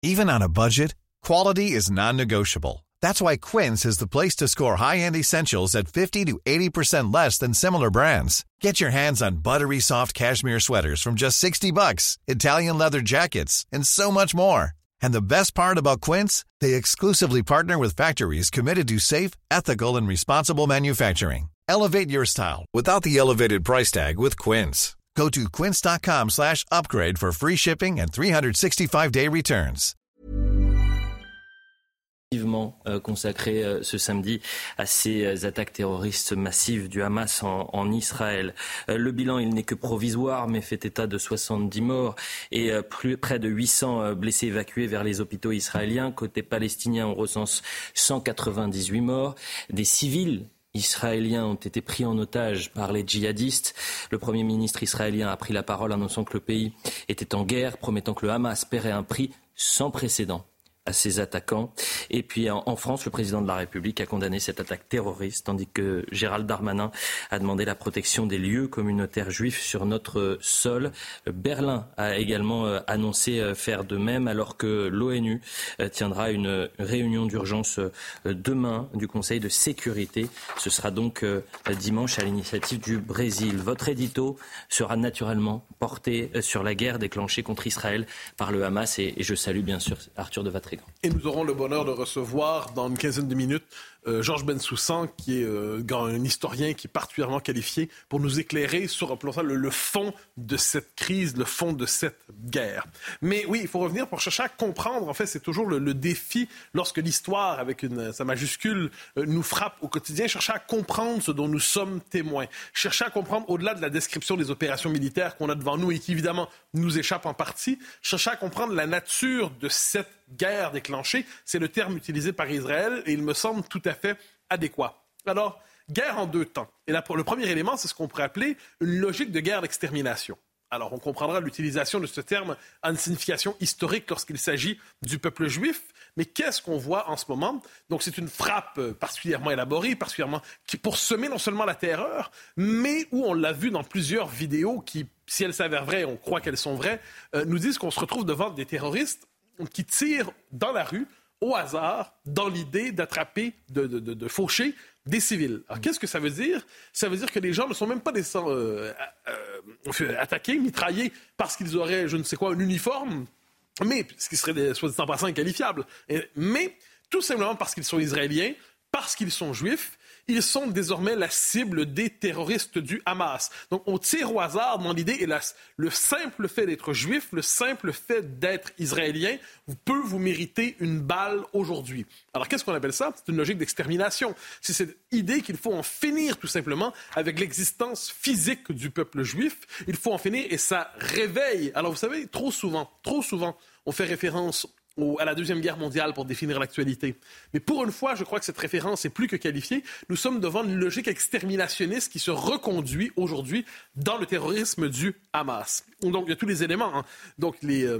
Even on a budget, quality is non-negotiable. That's why Quince is the place to score high-end essentials at 50 to 80% less than similar brands. Get your hands on buttery soft cashmere sweaters from just $60, Italian leather jackets, and so much more. And the best part about Quince, they exclusively partner with factories committed to safe, ethical, and responsible manufacturing. Elevate your style without the elevated price tag with Quince. Go to quince.com/upgrade for free shipping and 365-day returns. Consacré ce samedi à ces attaques terroristes massives du Hamas en Israël. Le bilan, il n'est que provisoire, mais fait état de 70 morts et près de 800 blessés évacués vers les hôpitaux israéliens. Côté palestinien, on recense 198 morts. Des civils israéliens ont été pris en otage par les djihadistes. Le Premier ministre israélien a pris la parole annonçant que le pays était en guerre, promettant que le Hamas paierait un prix sans précédent à ses attaquants. Et puis en France, le président de la République a condamné cette attaque terroriste, tandis que Gérald Darmanin a demandé la protection des lieux communautaires juifs sur notre sol. Berlin a également annoncé faire de même, alors que l'ONU tiendra une réunion d'urgence demain du Conseil de sécurité. Ce sera donc dimanche à l'initiative du Brésil. Votre édito sera naturellement porté sur la guerre déclenchée contre Israël par le Hamas et je salue bien sûr Arthur de Vatrigan. Et nous aurons le bonheur de recevoir dans une quinzaine de minutes Georges Bensoussan, qui est un historien qui est particulièrement qualifié pour nous éclairer sur le fond de cette crise, le fond de cette guerre. Mais oui, il faut revenir pour chercher à comprendre. En fait, c'est toujours le défi lorsque l'histoire, avec sa majuscule, nous frappe au quotidien. Chercher à comprendre ce dont nous sommes témoins. Chercher à comprendre au-delà de la description des opérations militaires qu'on a devant nous et qui, évidemment, nous échappent en partie. Chercher à comprendre la nature de cette guerre déclenchée. C'est le terme utilisé par Israël et il me semble tout à fait adéquat. Alors, guerre en deux temps. Et là, le premier élément, c'est ce qu'on pourrait appeler une logique de guerre d'extermination. Alors, on comprendra l'utilisation de ce terme en signification historique lorsqu'il s'agit du peuple juif. Mais qu'est-ce qu'on voit en ce moment? Donc, c'est une frappe particulièrement élaborée, pour semer non seulement la terreur, mais où on l'a vu dans plusieurs vidéos qui, si elles s'avèrent vraies, on croit qu'elles sont vraies, nous disent qu'on se retrouve devant des terroristes qui tirent dans la rue, au hasard, dans l'idée d'attraper, de faucher des civils. Alors, qu'est-ce que ça veut dire? Ça veut dire que les gens ne sont même pas attaqués, mitraillés, parce qu'ils auraient, je ne sais quoi, un uniforme, mais ce qui serait, soit dit en passant, inqualifiable. Mais tout simplement parce qu'ils sont israéliens, parce qu'ils sont juifs, ils sont désormais la cible des terroristes du Hamas. Donc, on tire au hasard dans l'idée, et le simple fait d'être juif, le simple fait d'être israélien, peut vous mériter une balle aujourd'hui. Alors, qu'est-ce qu'on appelle ça? C'est une logique d'extermination. C'est cette idée qu'il faut en finir tout simplement avec l'existence physique du peuple juif. Il faut en finir et ça réveille. Alors, vous savez, trop souvent, on fait référence à la Deuxième Guerre mondiale pour définir l'actualité. Mais pour une fois, je crois que cette référence est plus que qualifiée. Nous sommes devant une logique exterminationniste qui se reconduit aujourd'hui dans le terrorisme du Hamas. Donc, il y a tous les éléments. Hein. Donc,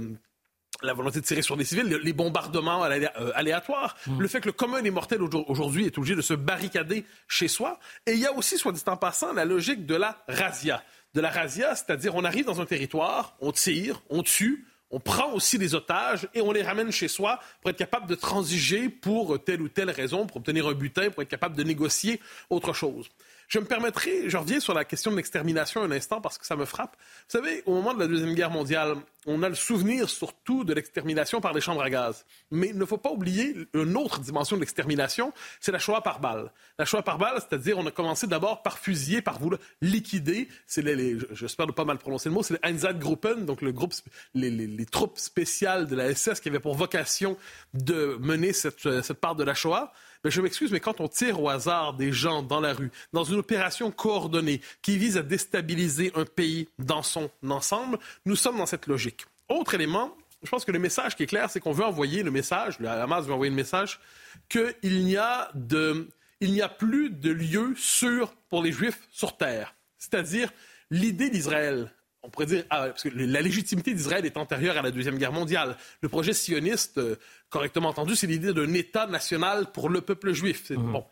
la volonté de tirer sur des civils, les bombardements aléatoires, le fait que le commun des mortels aujourd'hui est obligé de se barricader chez soi. Et il y a aussi, soit dit en passant, la logique de la razzia. De la razzia, c'est-à-dire on arrive dans un territoire, on tire, on tue, on prend aussi des otages et on les ramène chez soi pour être capable de transiger pour telle ou telle raison, pour obtenir un butin, pour être capable de négocier autre chose. Je reviens sur la question de l'extermination un instant parce que ça me frappe. Vous savez, au moment de la Deuxième Guerre mondiale, on a le souvenir surtout de l'extermination par les chambres à gaz. Mais il ne faut pas oublier une autre dimension de l'extermination, c'est la Shoah par balle. La Shoah par balle, c'est-à-dire on a commencé d'abord par fusiller, par liquider, c'est j'espère ne pas mal prononcer le mot, c'est les Einsatzgruppen, donc le groupe, les troupes spéciales de la SS qui avaient pour vocation de mener cette part de la Shoah. Mais je m'excuse, mais quand on tire au hasard des gens dans la rue, dans une opération coordonnée qui vise à déstabiliser un pays dans son ensemble, nous sommes dans cette logique. Autre élément, je pense que le message qui est clair, c'est qu'on veut envoyer le Hamas veut envoyer le message qu'il n'y a plus de lieu sûr pour les Juifs sur terre. C'est-à-dire l'idée d'Israël. On pourrait dire, parce que la légitimité d'Israël est antérieure à la Deuxième Guerre mondiale. Le projet sioniste, correctement entendu, c'est l'idée d'un État national pour le peuple juif. Bon.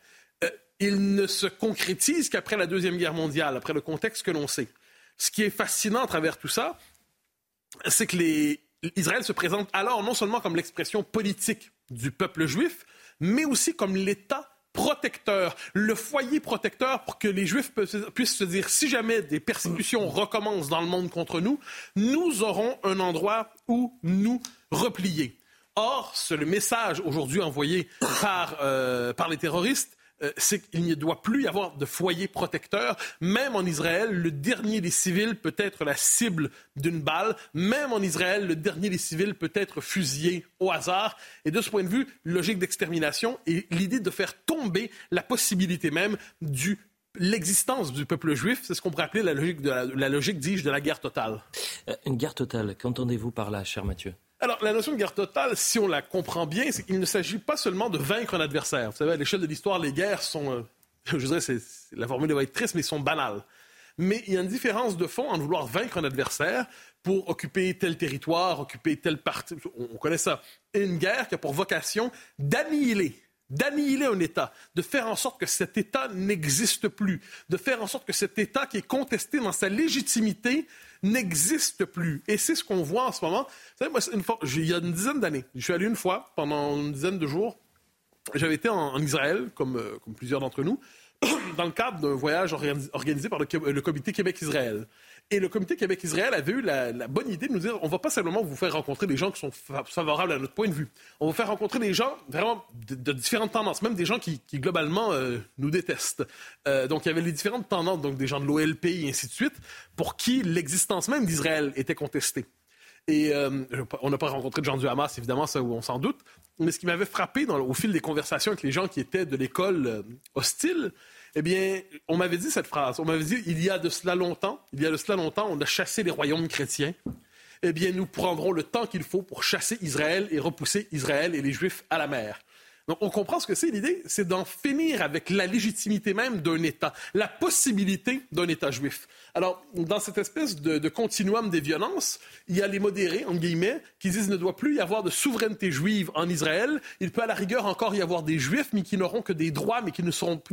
Il ne se concrétise qu'après la Deuxième Guerre mondiale, après le contexte que l'on sait. Ce qui est fascinant à travers tout ça, c'est que Israël se présente alors non seulement comme l'expression politique du peuple juif, mais aussi comme l'État protecteur, le foyer protecteur pour que les Juifs puissent se dire, si jamais des persécutions recommencent dans le monde contre nous, nous aurons un endroit où nous replier. Or, c'est le message aujourd'hui envoyé par les terroristes, c'est qu'il ne doit plus y avoir de foyer protecteur. Même en Israël, le dernier des civils peut être la cible d'une balle. Même en Israël, le dernier des civils peut être fusillé au hasard. Et de ce point de vue, logique d'extermination et l'idée de faire tomber la possibilité même l'existence du peuple juif, c'est ce qu'on pourrait appeler la logique, dis-je, de la guerre totale. Une guerre totale, qu'entendez-vous par là, cher Mathieu? Alors, la notion de guerre totale, si on la comprend bien, c'est qu'il ne s'agit pas seulement de vaincre un adversaire. Vous savez, à l'échelle de l'histoire, les guerres sont, je dirais, la formule va être triste, mais sont banales. Mais il y a une différence de fond entre vouloir vaincre un adversaire pour occuper tel territoire, occuper telle partie, on connaît ça, et une guerre qui a pour vocation d'annihiler un État, de faire en sorte que cet État n'existe plus, de faire en sorte que cet État qui est contesté dans sa légitimité n'existe plus. Et c'est ce qu'on voit en ce moment. Vous savez, moi, il y a une dizaine d'années, je suis allé une fois, pendant une dizaine de jours, j'avais été en Israël, comme plusieurs d'entre nous, dans le cadre d'un voyage organisé par le Comité Québec-Israël. Et le Comité Québec-Israël avait eu la bonne idée de nous dire, on ne va pas simplement vous faire rencontrer des gens qui sont favorables à notre point de vue. On va faire rencontrer des gens vraiment de différentes tendances, même des gens qui globalement nous détestent. Donc, il y avait les différentes tendances, donc des gens de l'OLP et ainsi de suite, pour qui l'existence même d'Israël était contestée. Et on n'a pas rencontré de gens du Hamas, évidemment, ça on s'en doute. Mais ce qui m'avait frappé au fil des conversations avec les gens qui étaient de l'école hostile, eh bien, on m'avait dit cette phrase. On m'avait dit, il y a de cela longtemps, on a chassé les royaumes chrétiens. Eh bien, nous prendrons le temps qu'il faut pour chasser Israël et repousser Israël et les Juifs à la mer. Donc, on comprend ce que c'est. L'idée, c'est d'en finir avec la légitimité même d'un État, la possibilité d'un État juif. Alors, dans cette espèce de continuum des violences, il y a les modérés, entre guillemets, qui disent qu'il ne doit plus y avoir de souveraineté juive en Israël. Il peut à la rigueur encore y avoir des Juifs, mais qui n'auront que des droits, mais qui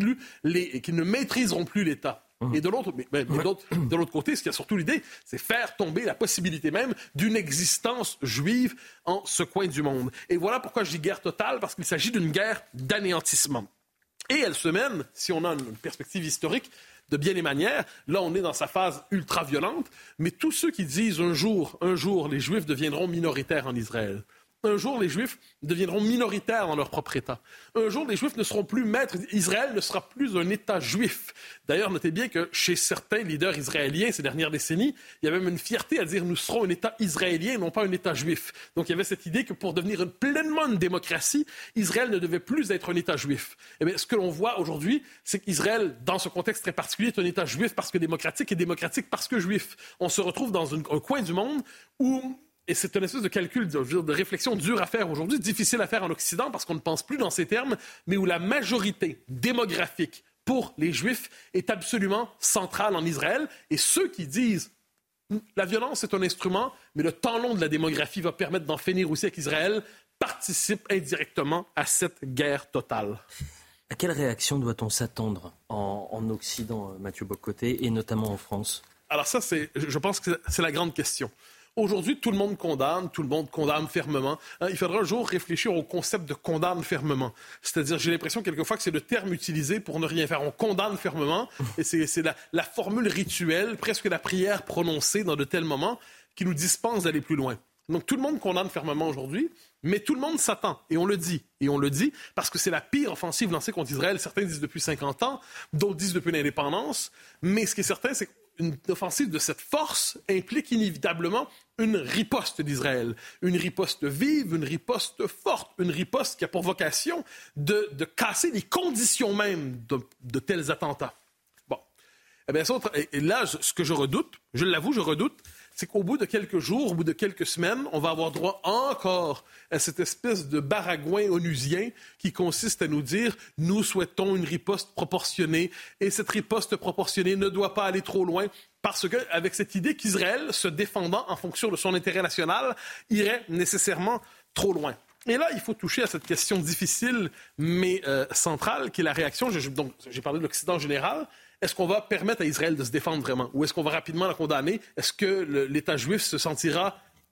ne maîtriseront plus l'État. Et de l'autre côté, ce qu'il y a surtout l'idée, c'est faire tomber la possibilité même d'une existence juive en ce coin du monde. Et voilà pourquoi je dis guerre totale, parce qu'il s'agit d'une guerre d'anéantissement. Et elle se mène, si on a une perspective historique, de bien des manières. Là, on est dans sa phase ultra-violente, mais tous ceux qui disent un jour, les Juifs deviendront minoritaires en Israël. Un jour, les Juifs deviendront minoritaires dans leur propre État. Un jour, les Juifs ne seront plus maîtres. Israël ne sera plus un État juif. D'ailleurs, notez bien que chez certains leaders israéliens ces dernières décennies, il y avait même une fierté à dire « nous serons un État israélien et non pas un État juif ». Donc, il y avait cette idée que pour devenir pleinement une démocratie, Israël ne devait plus être un État juif. Eh bien, ce que l'on voit aujourd'hui, c'est qu'Israël, dans ce contexte très particulier, est un État juif parce que démocratique et démocratique parce que juif. On se retrouve dans un coin du monde où... Et c'est une espèce de calcul, de réflexion dure à faire aujourd'hui, difficile à faire en Occident parce qu'on ne pense plus dans ces termes, mais où la majorité démographique pour les Juifs est absolument centrale en Israël. Et ceux qui disent la violence est un instrument, mais le temps long de la démographie va permettre d'en finir aussi avec Israël, participent indirectement à cette guerre totale. À quelle réaction doit-on s'attendre en Occident, Mathieu Bock-Côté, et notamment en France? Alors ça, je pense que c'est la grande question. Aujourd'hui, tout le monde condamne fermement. Il faudra un jour réfléchir au concept de condamne fermement. C'est-à-dire, j'ai l'impression quelquefois que c'est le terme utilisé pour ne rien faire. On condamne fermement, et c'est la formule rituelle, presque la prière prononcée dans de tels moments, qui nous dispense d'aller plus loin. Donc tout le monde condamne fermement aujourd'hui, mais tout le monde s'attend, et on le dit. Et on le dit parce que c'est la pire offensive lancée contre Israël. Certains disent depuis 50 ans, d'autres disent depuis l'indépendance, mais ce qui est certain, c'est qu'une offensive de cette force implique inévitablement une riposte d'Israël. Une riposte vive, une riposte forte, une riposte qui a pour vocation de casser les conditions même de tels attentats. Bon. Eh bien, et là, ce que je redoute, je l'avoue, c'est qu'au bout de quelques jours, au bout de quelques semaines, on va avoir droit encore à cette espèce de baragouin onusien qui consiste à nous dire « nous souhaitons une riposte proportionnée et cette riposte proportionnée ne doit pas aller trop loin » parce qu'avec cette idée qu'Israël, se défendant en fonction de son intérêt national, irait nécessairement trop loin. Et là, il faut toucher à cette question difficile mais centrale qui est la réaction. Donc, j'ai parlé de l'Occident en général. Est-ce qu'on va permettre à Israël de se défendre vraiment? Ou est-ce qu'on va rapidement la condamner? Est-ce que l'État juif se sentira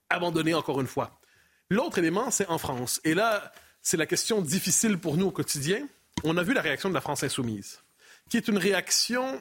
abandonné encore une fois. L'autre élément, c'est en France. Et là, c'est la question difficile pour nous au quotidien. On a vu la réaction de la France insoumise, qui est une réaction,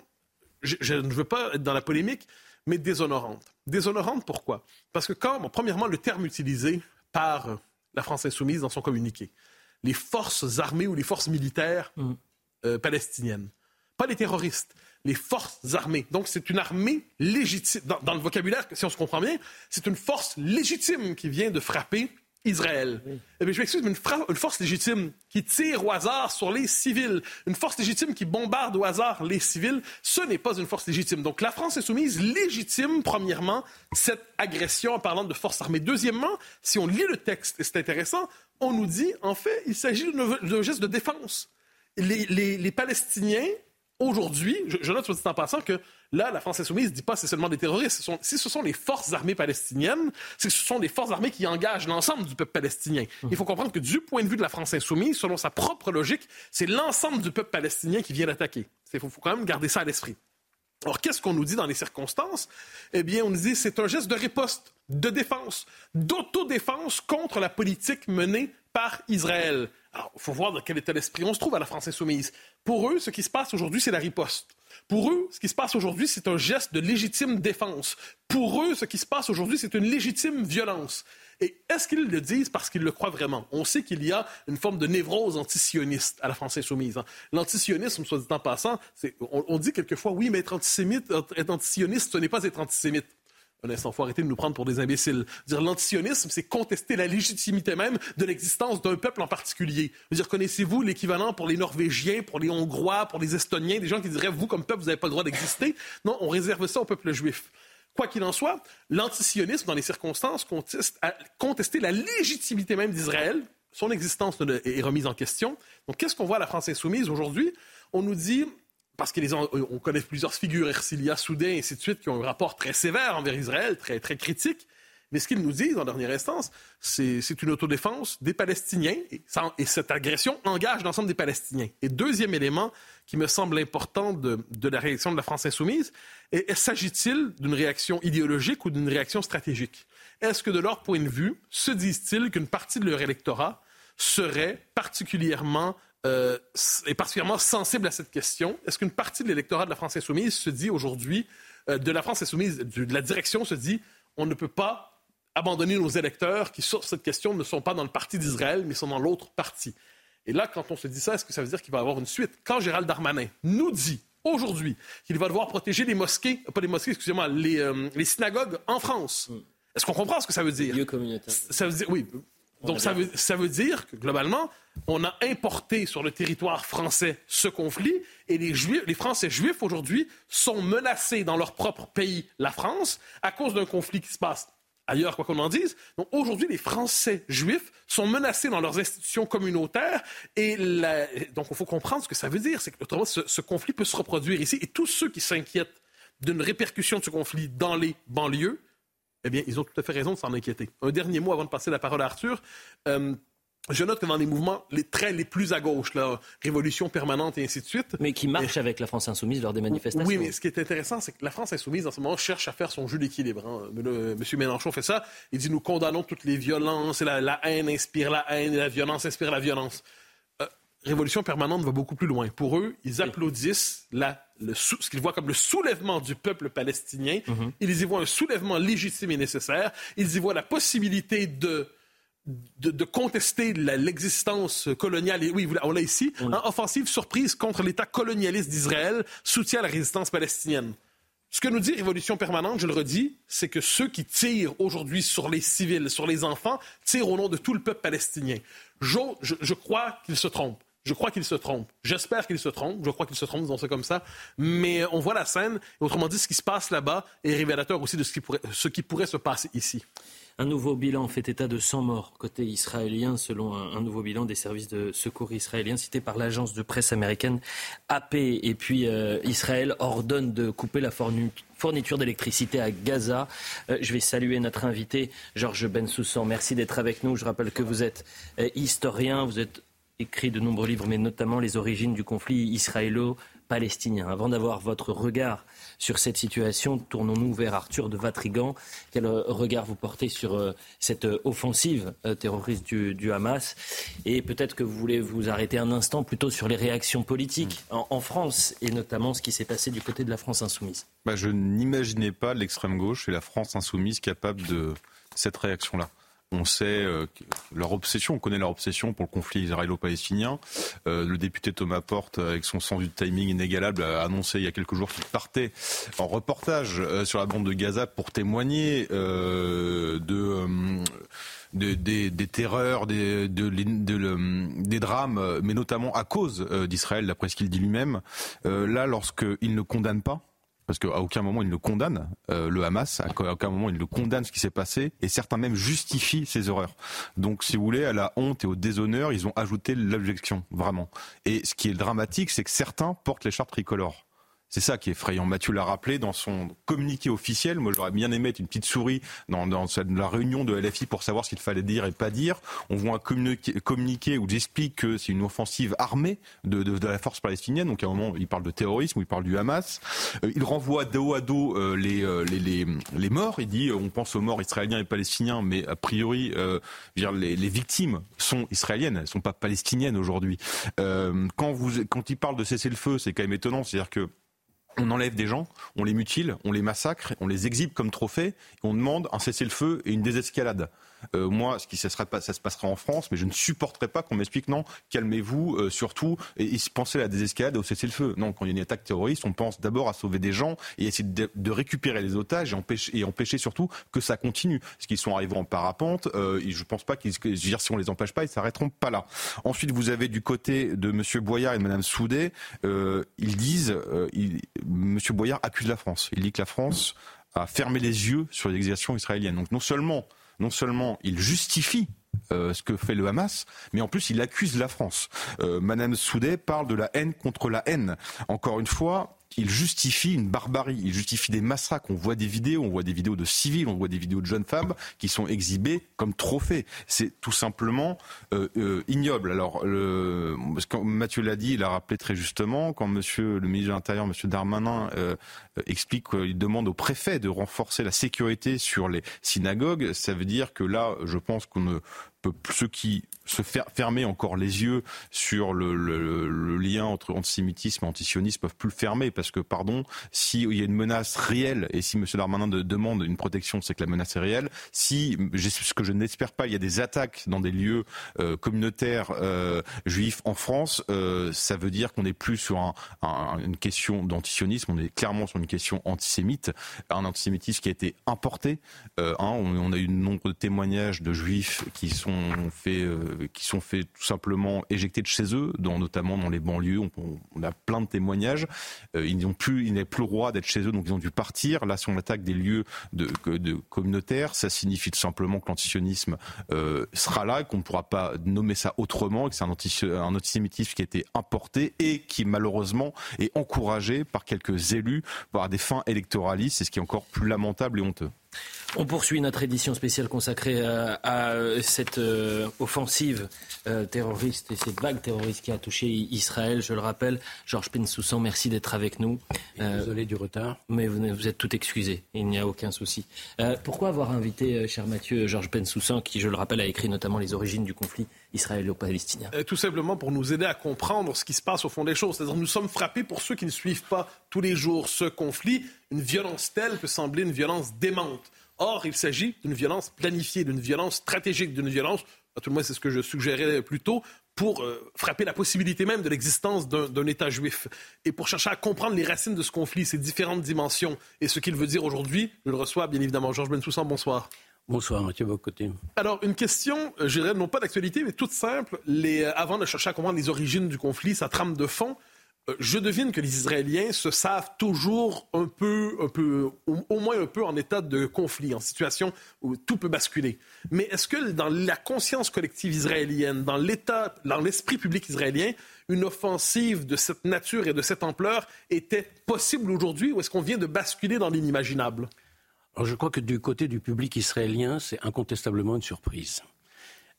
je ne veux pas être dans la polémique, mais déshonorante. Déshonorante, pourquoi? Parce que premièrement, le terme utilisé par la France insoumise dans son communiqué, les forces armées ou les forces militaires palestiniennes, pas les terroristes, les forces armées. Donc, c'est une armée légitime. Dans le vocabulaire, si on se comprend bien, c'est une force légitime qui vient de frapper Israël. Oui. Eh bien, je m'excuse, mais une force légitime qui tire au hasard sur les civils, une force légitime qui bombarde au hasard les civils, ce n'est pas une force légitime. Donc, la France insoumise légitime, premièrement, cette agression en parlant de force armée. Deuxièmement, si on lit le texte, et c'est intéressant, on nous dit, en fait, il s'agit d'un geste de défense. Les Palestiniens, aujourd'hui, je note soit dit en passant que là, la France insoumise ne dit pas que c'est seulement des terroristes. Si ce sont les forces armées palestiniennes, c'est que ce sont des forces armées qui engagent l'ensemble du peuple palestinien. Il faut comprendre que du point de vue de la France insoumise, selon sa propre logique, c'est l'ensemble du peuple palestinien qui vient l'attaquer. Il faut quand même garder ça à l'esprit. Alors, qu'est-ce qu'on nous dit dans les circonstances? Eh bien, on nous dit que c'est un geste de riposte, de défense, d'autodéfense contre la politique menée par Israël. Alors, il faut voir dans quel état d'esprit on se trouve à la France insoumise. Pour eux, ce qui se passe aujourd'hui, c'est la riposte. Pour eux, ce qui se passe aujourd'hui, c'est un geste de légitime défense. Pour eux, ce qui se passe aujourd'hui, c'est une légitime violence. Et est-ce qu'ils le disent parce qu'ils le croient vraiment? On sait qu'il y a une forme de névrose antisioniste à la France insoumise. L'antisionisme, soit dit en passant, on dit quelquefois, oui, mais être antisioniste, ce n'est pas être antisémite. Un instant, il faut arrêter de nous prendre pour des imbéciles. Dire l'antisionisme, c'est contester la légitimité même de l'existence d'un peuple en particulier. Dire, connaissez-vous l'équivalent pour les Norvégiens, pour les Hongrois, pour les Estoniens, des gens qui diraient, vous, comme peuple, vous n'avez pas le droit d'exister? Non, on réserve ça au peuple juif. Quoi qu'il en soit, l'antisionisme, dans les circonstances, consiste à contester la légitimité même d'Israël. Son existence est remise en question. Donc, qu'est-ce qu'on voit à la France insoumise aujourd'hui? On nous dit... Parce qu'on connaît plusieurs figures, Ercilia Soudet, et ainsi de suite, qui ont un rapport très sévère envers Israël, très, très critique. Mais ce qu'ils nous disent, en dernière instance, c'est une autodéfense des Palestiniens, et cette agression engage l'ensemble des Palestiniens. Et deuxième élément qui me semble important de la réaction de la France insoumise, s'agit-il d'une réaction idéologique ou d'une réaction stratégique? Est-ce que, de leur point de vue, se disent-ils qu'une partie de leur électorat serait particulièrement sensible à cette question? Est-ce qu'une partie de l'électorat de la France insoumise se dit aujourd'hui, de la France insoumise, de la direction se dit, on ne peut pas abandonner nos électeurs qui, sur cette question, ne sont pas dans le parti d'Israël, mais sont dans l'autre parti? Et là, quand on se dit ça, est-ce que ça veut dire qu'il va y avoir une suite? Quand Gérald Darmanin nous dit aujourd'hui qu'il va devoir protéger les mosquées, pas les mosquées, excusez-moi, les synagogues en France, est-ce qu'on comprend ce que ça veut dire? Lieu communautaire. Ça veut dire, oui. Donc, ça veut dire que, globalement, on a importé sur le territoire français ce conflit et les Français juifs, aujourd'hui, sont menacés dans leur propre pays, la France, à cause d'un conflit qui se passe ailleurs, quoi qu'on en dise. Donc, aujourd'hui, les Français juifs sont menacés dans leurs institutions communautaires et donc, il faut comprendre ce que ça veut dire. C'est que, autrement, ce conflit peut se reproduire ici et tous ceux qui s'inquiètent d'une répercussion de ce conflit dans les banlieues, eh bien, ils ont tout à fait raison de s'en inquiéter. Un dernier mot avant de passer la parole à Arthur. Je note que dans les mouvements les plus à gauche, là, Révolution permanente et ainsi de suite... Mais qui marchent avec la France insoumise lors des manifestations. Oui, mais ce qui est intéressant, c'est que la France insoumise, en ce moment, cherche à faire son jeu d'équilibre. M. Mélenchon fait ça. Il dit, nous condamnons toutes les violences, et la haine inspire la haine, et la violence inspire la violence. Révolution permanente va beaucoup plus loin. Pour eux, ils applaudissent ce qu'ils voient comme le soulèvement du peuple palestinien. Ils y voient un soulèvement légitime et nécessaire. Ils y voient la possibilité de contester l'existence coloniale. Et oui, on l'a ici. Offensive surprise contre l'État colonialiste d'Israël, soutien à la résistance palestinienne. Ce que nous dit Révolution permanente, je le redis, c'est que ceux qui tirent aujourd'hui sur les civils, sur les enfants, tirent au nom de tout le peuple palestinien. Je crois qu'ils se trompent. Je crois qu'il se trompe. J'espère qu'il se trompe. Je crois qu'il se trompe, disons ça comme ça. Mais on voit la scène. Et autrement dit, ce qui se passe là-bas est révélateur aussi de ce qui pourrait se passer ici. Un nouveau bilan fait état de 100 morts côté israélien, selon un nouveau bilan des services de secours israéliens cité par l'agence de presse américaine AP. Et puis Israël ordonne de couper la fourniture d'électricité à Gaza. Je vais saluer notre invité, Georges Bensoussan. Merci d'être avec nous. Je rappelle que vous êtes historien, vous êtes écrit de nombreux livres, mais notamment les origines du conflit israélo-palestinien. Avant d'avoir votre regard sur cette situation, tournons-nous vers Arthur de Vatrigan. Quel regard vous portez sur cette offensive terroriste du Hamas ? Et peut-être que vous voulez vous arrêter un instant plutôt sur les réactions politiques en France, et notamment ce qui s'est passé du côté de la France insoumise. Je n'imaginais pas l'extrême gauche et la France insoumise capable de cette réaction-là. On sait leur obsession, on connaît leur obsession pour le conflit israélo-palestinien. Le député Thomas Porte, avec son sens du timing inégalable, a annoncé il y a quelques jours qu'il partait en reportage sur la bande de Gaza pour témoigner des terreurs, des drames, mais notamment à cause d'Israël, d'après ce qu'il dit lui-même. Là, lorsqu'il ne condamne pas, parce qu'à aucun moment il ne condamne le Hamas, à aucun moment il ne condamne ce qui s'est passé, et certains même justifient ces horreurs. Donc si vous voulez, à la honte et au déshonneur, ils ont ajouté l'objection, vraiment. Et ce qui est dramatique, c'est que certains portent l'écharpe tricolore. C'est ça qui est effrayant. Mathieu l'a rappelé dans son communiqué officiel. Moi, j'aurais bien aimé mettre une petite souris dans la réunion de LFI pour savoir ce qu'il fallait dire et pas dire. On voit un communiqué où j'explique que c'est une offensive armée de la force palestinienne. Donc à un moment, il parle de terrorisme, il parle du Hamas. Il renvoie dos à dos les morts. Il dit on pense aux morts israéliens et palestiniens, mais a priori, les victimes sont israéliennes, elles ne sont pas palestiniennes aujourd'hui. Quand il parle de cessez-le-feu, c'est quand même étonnant. C'est-à-dire que on enlève des gens, on les mutile, on les massacre, on les exhibe comme trophées, et on demande un cessez-le-feu et une désescalade. Moi, ça se passera en France, mais je ne supporterai pas qu'on m'explique non, calmez-vous, surtout, et penser à la désescalade et au cessez-le-feu. Non, quand il y a une attaque terroriste, on pense d'abord à sauver des gens et essayer de récupérer les otages et empêcher surtout que ça continue. Parce qu'ils sont arrivés en parapente, et je ne pense pas si on les empêche pas, ils s'arrêteront pas là. Ensuite, vous avez du côté de M. Boyard et de Mme Soudet, ils disent, M. Boyard accuse la France. Il dit que la France a fermé les yeux sur les exactions israéliennes. Donc non seulement il justifie ce que fait le Hamas, mais en plus il accuse la France. Madame Soudet parle de la haine contre la haine. Encore une fois, il justifie une barbarie, il justifie des massacres. On voit des vidéos de civils, on voit des vidéos de jeunes femmes qui sont exhibées comme trophées. C'est tout simplement ignoble. Alors, quand Mathieu l'a dit, il a rappelé très justement, quand le ministre de l'Intérieur, M. Darmanin, explique qu'il demande au préfet de renforcer la sécurité sur les synagogues, ça veut dire que là, je pense qu'on ne peut ceux qui se fermer encore les yeux sur le lien entre antisémitisme et antisionisme peuvent plus le fermer parce que, s'il y a une menace réelle et si M. Darmanin demande une protection, c'est que la menace est réelle. Si, ce que je n'espère pas, il y a des attaques dans des lieux communautaires juifs en France, ça veut dire qu'on n'est plus sur une question d'antisionisme, on est clairement sur une question antisémite, un antisémitisme qui a été importé. On a eu nombre de témoignages de juifs qui sont faits tout simplement éjectés de chez eux, notamment dans les banlieues. On a plein de témoignages. Ils n'avaient plus le droit d'être chez eux, donc ils ont dû partir. Là, si on attaque des lieux de communautaires, ça signifie tout simplement que l'antisionisme sera là, qu'on ne pourra pas nommer ça autrement, et que c'est un antisémitisme qui a été importé et qui malheureusement est encouragé par quelques élus par des fins électoralistes. C'est ce qui est encore plus lamentable et honteux. On poursuit notre édition spéciale consacrée à cette offensive terroriste et cette vague terroriste qui a touché Israël. Je le rappelle, Georges Bensoussan, merci d'être avec nous. Désolé du retard. Mais vous êtes tout excusé, il n'y a aucun souci. Pourquoi avoir invité, cher Mathieu, Georges Bensoussan, qui, je le rappelle, a écrit notamment les origines du conflit israélo-palestinien? Tout simplement pour nous aider à comprendre ce qui se passe au fond des choses. C'est-à-dire nous sommes frappés, pour ceux qui ne suivent pas tous les jours ce conflit, une violence telle peut sembler une violence démente. Or, il s'agit d'une violence planifiée, d'une violence stratégique, d'une violence, à tout le moins c'est ce que je suggérais plus tôt, pour frapper la possibilité même de l'existence d'un État juif. Et pour chercher à comprendre les racines de ce conflit, ses différentes dimensions et ce qu'il veut dire aujourd'hui, je le reçois bien évidemment. Georges Bensoussan, bonsoir. Bonsoir, Mathieu Bocoté. Alors, une question, je dirais, non pas d'actualité, mais toute simple. Avant de chercher à comprendre les origines du conflit, sa trame de fond, je devine que les Israéliens se savent toujours un peu, au moins un peu en état de conflit, en situation où tout peut basculer. Mais est-ce que dans la conscience collective israélienne, dans l'esprit public israélien, une offensive de cette nature et de cette ampleur était possible aujourd'hui, ou est-ce qu'on vient de basculer dans l'inimaginable? Alors je crois que du côté du public israélien, c'est incontestablement une surprise.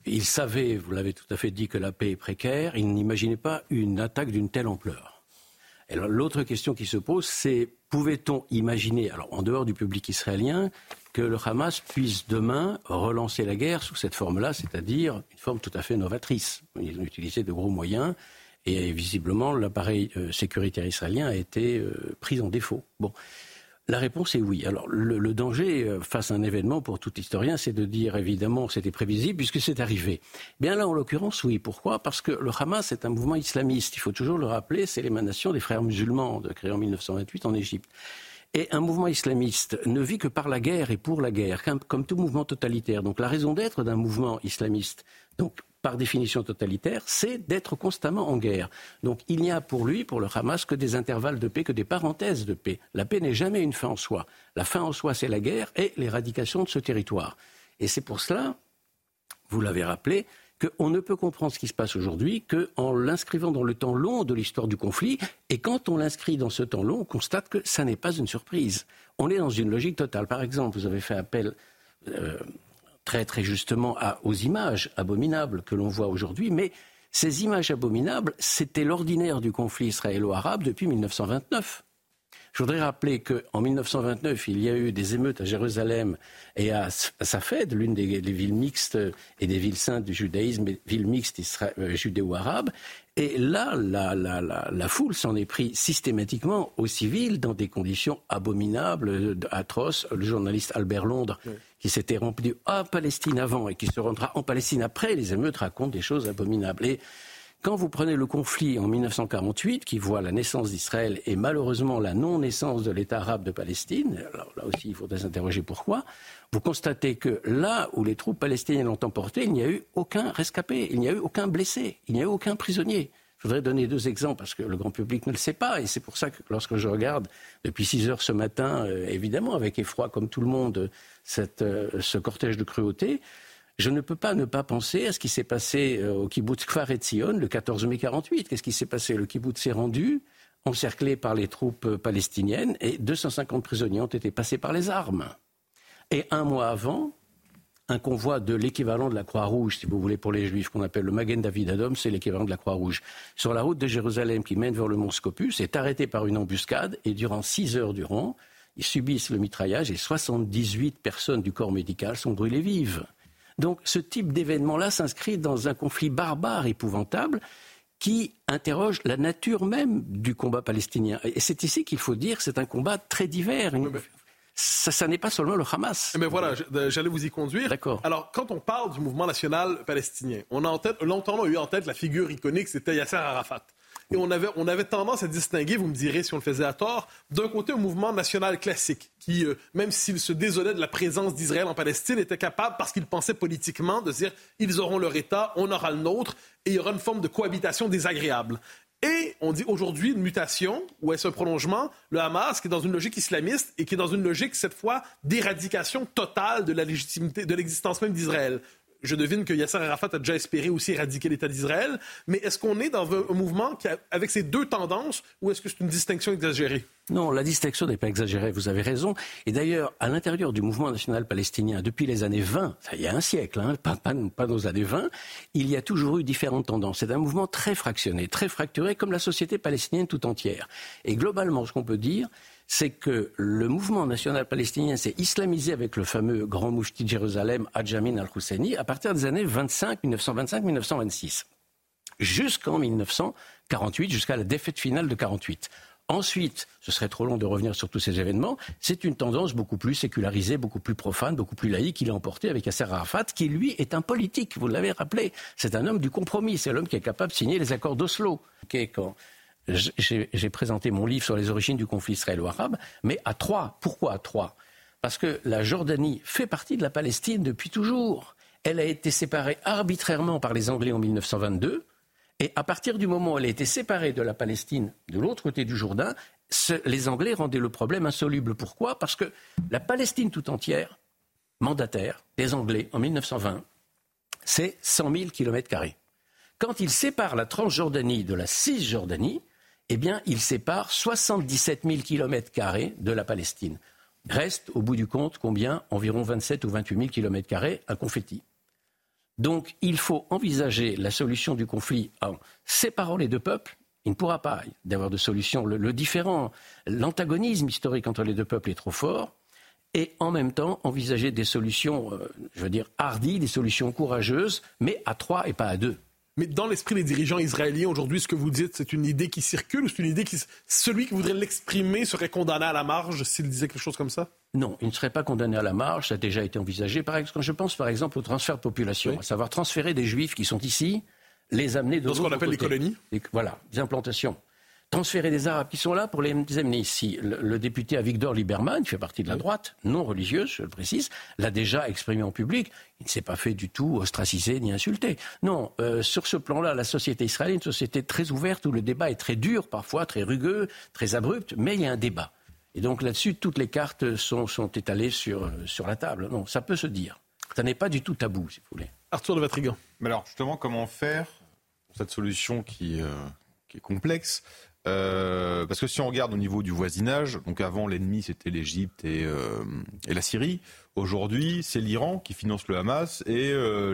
il savait, vous l'avez tout à fait dit, que la paix est précaire. Il n'imaginait pas une attaque d'une telle ampleur. Alors, l'autre question qui se pose, c'est pouvait-on imaginer, alors en dehors du public israélien, que le Hamas puisse demain relancer la guerre sous cette forme-là, c'est-à-dire une forme tout à fait novatrice. Ils ont utilisé de gros moyens et visiblement l'appareil sécuritaire israélien a été pris en défaut. Bon. La réponse est oui. Alors, le danger face à un événement, pour tout historien, c'est de dire, évidemment, c'était prévisible puisque c'est arrivé. Bien là, en l'occurrence, oui. Pourquoi ? Parce que le Hamas est un mouvement islamiste. Il faut toujours le rappeler, c'est l'émanation des frères musulmans, créés en 1928 en Égypte. Et un mouvement islamiste ne vit que par la guerre et pour la guerre, comme tout mouvement totalitaire. Donc, la raison d'être d'un mouvement islamiste, donc par définition totalitaire, c'est d'être constamment en guerre. Donc il n'y a pour lui, pour le Hamas, que des intervalles de paix, que des parenthèses de paix. La paix n'est jamais une fin en soi. La fin en soi, c'est la guerre et l'éradication de ce territoire. Et c'est pour cela, vous l'avez rappelé, qu'on ne peut comprendre ce qui se passe aujourd'hui qu'en l'inscrivant dans le temps long de l'histoire du conflit. Et quand on l'inscrit dans ce temps long, on constate que ça n'est pas une surprise. On est dans une logique totale. Par exemple, vous avez fait appel très très justement aux images abominables que l'on voit aujourd'hui, mais ces images abominables, c'était l'ordinaire du conflit israélo-arabe depuis 1929. Je voudrais rappeler qu'en 1929, il y a eu des émeutes à Jérusalem et à Safed, l'une des villes mixtes et des villes saintes du judaïsme, villes mixtes judéo-arabes. Et là, la foule s'en est pris systématiquement aux civils dans des conditions abominables, atroces. Le journaliste Albert Londres, qui s'était rendu à Palestine avant et qui se rendra en Palestine après, les émeutes racontent des choses abominables. Et quand vous prenez le conflit en 1948, qui voit la naissance d'Israël et malheureusement la non-naissance de l'État arabe de Palestine, alors là aussi il faudrait s'interroger pourquoi, vous constatez que là où les troupes palestiniennes l'ont emporté, il n'y a eu aucun rescapé, il n'y a eu aucun blessé, il n'y a eu aucun prisonnier. Je voudrais donner 2 exemples parce que le grand public ne le sait pas et c'est pour ça que lorsque je regarde depuis 6 heures ce matin, évidemment avec effroi comme tout le monde, ce cortège de cruauté, je ne peux pas ne pas penser à ce qui s'est passé au kibboutz Kfar Etzion le 14 mai 1948. Qu'est-ce qui s'est passé ? Le kibboutz s'est rendu, encerclé par les troupes palestiniennes, et 250 prisonniers ont été passés par les armes. Et un mois avant, un convoi de l'équivalent de la Croix-Rouge, si vous voulez, pour les Juifs, qu'on appelle le Magen David Adom, c'est l'équivalent de la Croix-Rouge, sur la route de Jérusalem qui mène vers le mont Scopus, est arrêté par une embuscade, et durant 6 heures durant, ils subissent le mitraillage, et 78 personnes du corps médical sont brûlées vives. Donc ce type d'événement-là s'inscrit dans un conflit barbare, épouvantable, qui interroge la nature même du combat palestinien. Et c'est ici qu'il faut dire que c'est un combat très divers. Ça n'est pas seulement le Hamas. Mais voilà, j'allais vous y conduire. D'accord. Alors, quand on parle du mouvement national palestinien, longtemps on a eu en tête la figure iconique, c'était Yasser Arafat. Et on avait tendance à distinguer, vous me direz si on le faisait à tort, d'un côté un mouvement national classique qui, même s'il se désolait de la présence d'Israël en Palestine, était capable, parce qu'il pensait politiquement, de dire ils auront leur État, on aura le nôtre, et il y aura une forme de cohabitation désagréable. Et on dit aujourd'hui une mutation, ou est-ce un prolongement, le Hamas qui est dans une logique islamiste et qui est dans une logique, cette fois, d'éradication totale de la légitimité, de l'existence même d'Israël. Je devine que Yasser Arafat a déjà espéré aussi éradiquer l'État d'Israël, mais est-ce qu'on est dans un mouvement avec ces 2 tendances ou est-ce que c'est une distinction exagérée ? Non, la distinction n'est pas exagérée, vous avez raison. Et d'ailleurs, à l'intérieur du mouvement national palestinien, depuis les années 20, ça y a un siècle, pas nos années 20, il y a toujours eu différentes tendances. C'est un mouvement très fractionné, très fracturé, comme la société palestinienne tout entière. Et globalement, ce qu'on peut dire, c'est que le mouvement national palestinien s'est islamisé avec le fameux grand moufti de Jérusalem, Hadj Amin al-Husseini, à partir des années 1925-1926, jusqu'en 1948, jusqu'à la défaite finale de 1948. Ensuite, ce serait trop long de revenir sur tous ces événements, c'est une tendance beaucoup plus sécularisée, beaucoup plus profane, beaucoup plus laïque qu'il a emporté avec Yasser Arafat, qui lui est un politique, vous l'avez rappelé. C'est un homme du compromis, c'est l'homme qui est capable de signer les accords d'Oslo. Quand j'ai présenté mon livre sur les origines du conflit israélo-arabe, mais à 3. Pourquoi à 3 ? Parce que la Jordanie fait partie de la Palestine depuis toujours. Elle a été séparée arbitrairement par les Anglais en 1922. Et à partir du moment où elle a été séparée de la Palestine, de l'autre côté du Jourdain, les Anglais rendaient le problème insoluble. Pourquoi ? Parce que la Palestine tout entière, mandataire des Anglais en 1920, c'est 100 000 km². Quand ils séparent la Transjordanie de la Cisjordanie, eh bien, ils séparent 77 000 km² de la Palestine. Reste, au bout du compte, combien ? Environ 27 ou 28 000 km² à confetti. Donc il faut envisager la solution du conflit en séparant les deux peuples. Il ne pourra pas y avoir de solution. L'antagonisme historique entre les deux peuples est trop fort. Et en même temps, envisager des solutions, hardies, des solutions courageuses, mais à 3 et pas à 2. Mais dans l'esprit des dirigeants israéliens, aujourd'hui, ce que vous dites, c'est une idée qui circule ou c'est une idée qui... Celui qui voudrait l'exprimer serait condamné à la marge s'il disait quelque chose comme ça? Non, il ne serait pas condamné à la marge, ça a déjà été envisagé. Quand je pense par exemple au transfert de population, oui. À savoir transférer des juifs qui sont ici, les amener de l'autre côté. Dans ce qu'on appelle les colonies? Voilà, des implantations. Transférer des Arabes qui sont là pour les amener ici. Le député Avigdor Lieberman, qui fait partie de la droite, non religieuse, je le précise, l'a déjà exprimé en public. Il ne s'est pas fait du tout ostraciser ni insulter. Non, sur ce plan-là, la société israélienne est une société très ouverte où le débat est très dur, parfois très rugueux, très abrupt, mais il y a un débat. Et donc là-dessus, toutes les cartes sont étalées sur la table. Non, ça peut se dire. Ça n'est pas du tout tabou, si vous voulez. Arthur de Vatrigan. Mais alors, justement, comment faire pour cette solution qui est complexe? Parce que si on regarde au niveau du voisinage, donc avant l'ennemi c'était l'Égypte et la Syrie. Aujourd'hui, c'est l'Iran qui finance le Hamas et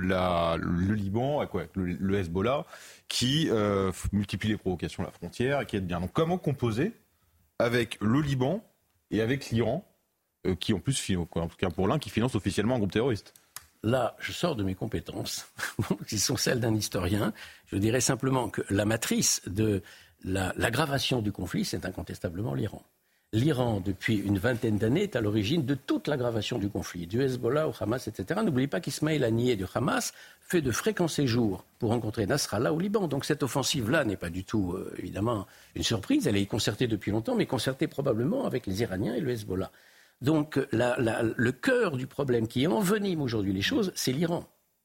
le Liban, avec le Hezbollah, qui multiplie les provocations à la frontière et qui aide bien. Donc comment composer avec le Liban et avec l'Iran, qui en plus, en tout cas pour l'un, qui finance officiellement un groupe terroriste? Là, je sors de mes compétences, qui sont celles d'un historien. Je dirais simplement que la matrice de l'aggravation du conflit, c'est incontestablement l'Iran. L'Iran, depuis une vingtaine d'années, est à l'origine de toute l'aggravation du conflit, du Hezbollah au Hamas, etc. N'oubliez pas qu'Ismaël Haniyeh du Hamas fait de fréquents séjours pour rencontrer Nasrallah au Liban. Donc cette offensive-là n'est pas du tout, évidemment, une surprise. Elle est concertée depuis longtemps, mais concertée probablement avec les Iraniens et le Hezbollah. Donc le cœur du problème qui envenime aujourd'hui les choses, c'est l'Iran.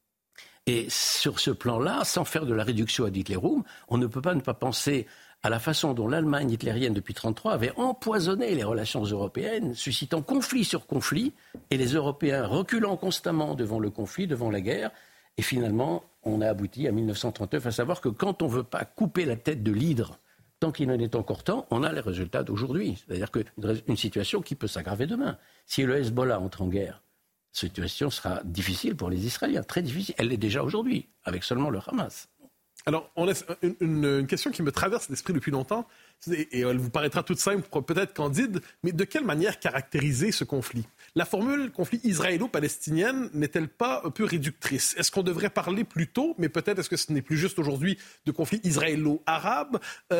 Et sur ce plan-là, sans faire de la réduction ad Hitlerum, on ne peut pas ne pas penser à la façon dont l'Allemagne hitlérienne, depuis 1933, avait empoisonné les relations européennes, suscitant conflit sur conflit, et les Européens reculant constamment devant le conflit, devant la guerre. Et finalement, on a abouti à 1939, à savoir que quand on ne veut pas couper la tête de l'hydre, tant qu'il en est encore temps, on a les résultats d'aujourd'hui. C'est-à-dire qu'une situation qui peut s'aggraver demain. Si le Hezbollah entre en guerre, cette situation sera difficile pour les Israéliens, très difficile. Elle l'est déjà aujourd'hui, avec seulement le Hamas. Alors, on a une question qui me traverse l'esprit depuis longtemps, et elle vous paraîtra toute simple, peut-être candide, mais de quelle manière caractériser ce conflit? La formule conflit israélo-palestinienne n'est-elle pas un peu réductrice? Est-ce qu'on devrait parler plus tôt, mais peut-être est-ce que ce n'est plus juste aujourd'hui de conflit israélo-arabe,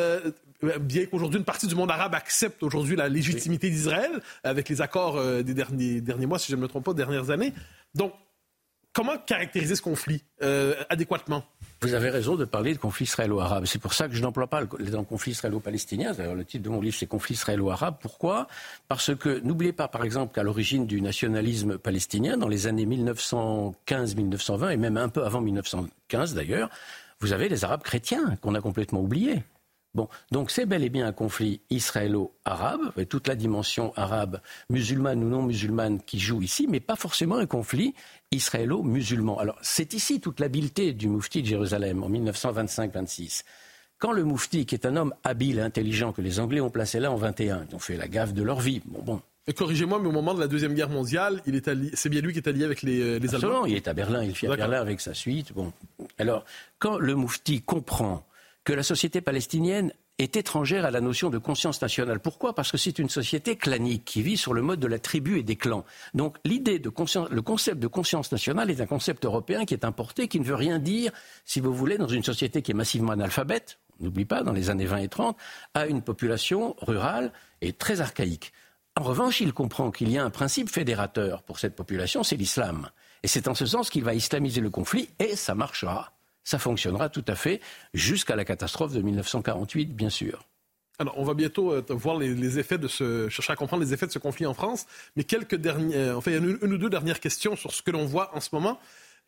bien qu'aujourd'hui une partie du monde arabe accepte aujourd'hui la légitimité d'Israël, avec les accords des derniers mois, si je ne me trompe pas, des dernières années. Donc, comment caractériser ce conflit adéquatement? Vous avez raison de parler de conflit israélo-arabe. C'est pour ça que je n'emploie pas le conflit israélo-palestinien. D'ailleurs, le titre de mon livre, c'est conflit israélo-arabe. Pourquoi? Parce que n'oubliez pas, par exemple, qu'à l'origine du nationalisme palestinien, dans les années 1915-1920, et même un peu avant 1915 d'ailleurs, vous avez les Arabes chrétiens qu'on a complètement oubliés. Bon, donc c'est bel et bien un conflit israélo-arabe, avec toute la dimension arabe, musulmane ou non musulmane qui joue ici, mais pas forcément un conflit israélo-musulman. Alors c'est ici toute l'habileté du Moufti de Jérusalem en 1925-26. Quand le Moufti, qui est un homme habile et intelligent, que les Anglais ont placé là en 21, ils ont fait la gaffe de leur vie, bon. Et corrigez-moi, mais au moment de la Deuxième Guerre mondiale, c'est bien lui qui est allié avec les Allemands? Absolument, il est à Berlin, il est à Berlin avec sa suite. Bon. Alors, quand le Moufti comprend que la société palestinienne est étrangère à la notion de conscience nationale. Pourquoi? Parce que c'est une société clanique qui vit sur le mode de la tribu et des clans. Donc le concept de conscience nationale est un concept européen qui est importé, qui ne veut rien dire, si vous voulez, dans une société qui est massivement analphabète, on n'oublie pas, dans les années 20 et 30, à une population rurale et très archaïque. En revanche, il comprend qu'il y a un principe fédérateur pour cette population, c'est l'islam. Et c'est en ce sens qu'il va islamiser le conflit, et ça marchera. Ça fonctionnera tout à fait jusqu'à la catastrophe de 1948, bien sûr. Alors, on va bientôt voir les effets chercher à comprendre les effets de ce conflit en France, mais il y a une ou deux dernières questions sur ce que l'on voit en ce moment.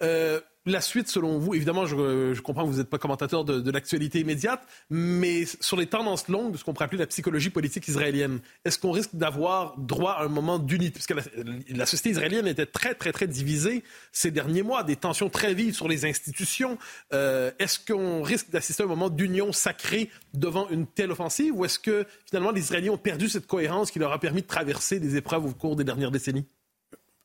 La suite, selon vous, évidemment, je comprends que vous n'êtes pas commentateur de l'actualité immédiate, mais sur les tendances longues de ce qu'on pourrait appeler la psychologie politique israélienne, est-ce qu'on risque d'avoir droit à un moment d'unité? Parce que la société israélienne était très, très, très divisée ces derniers mois, des tensions très vives sur les institutions. Est-ce qu'on risque d'assister à un moment d'union sacrée devant une telle offensive, ou est-ce que, finalement, les Israéliens ont perdu cette cohérence qui leur a permis de traverser des épreuves au cours des dernières décennies?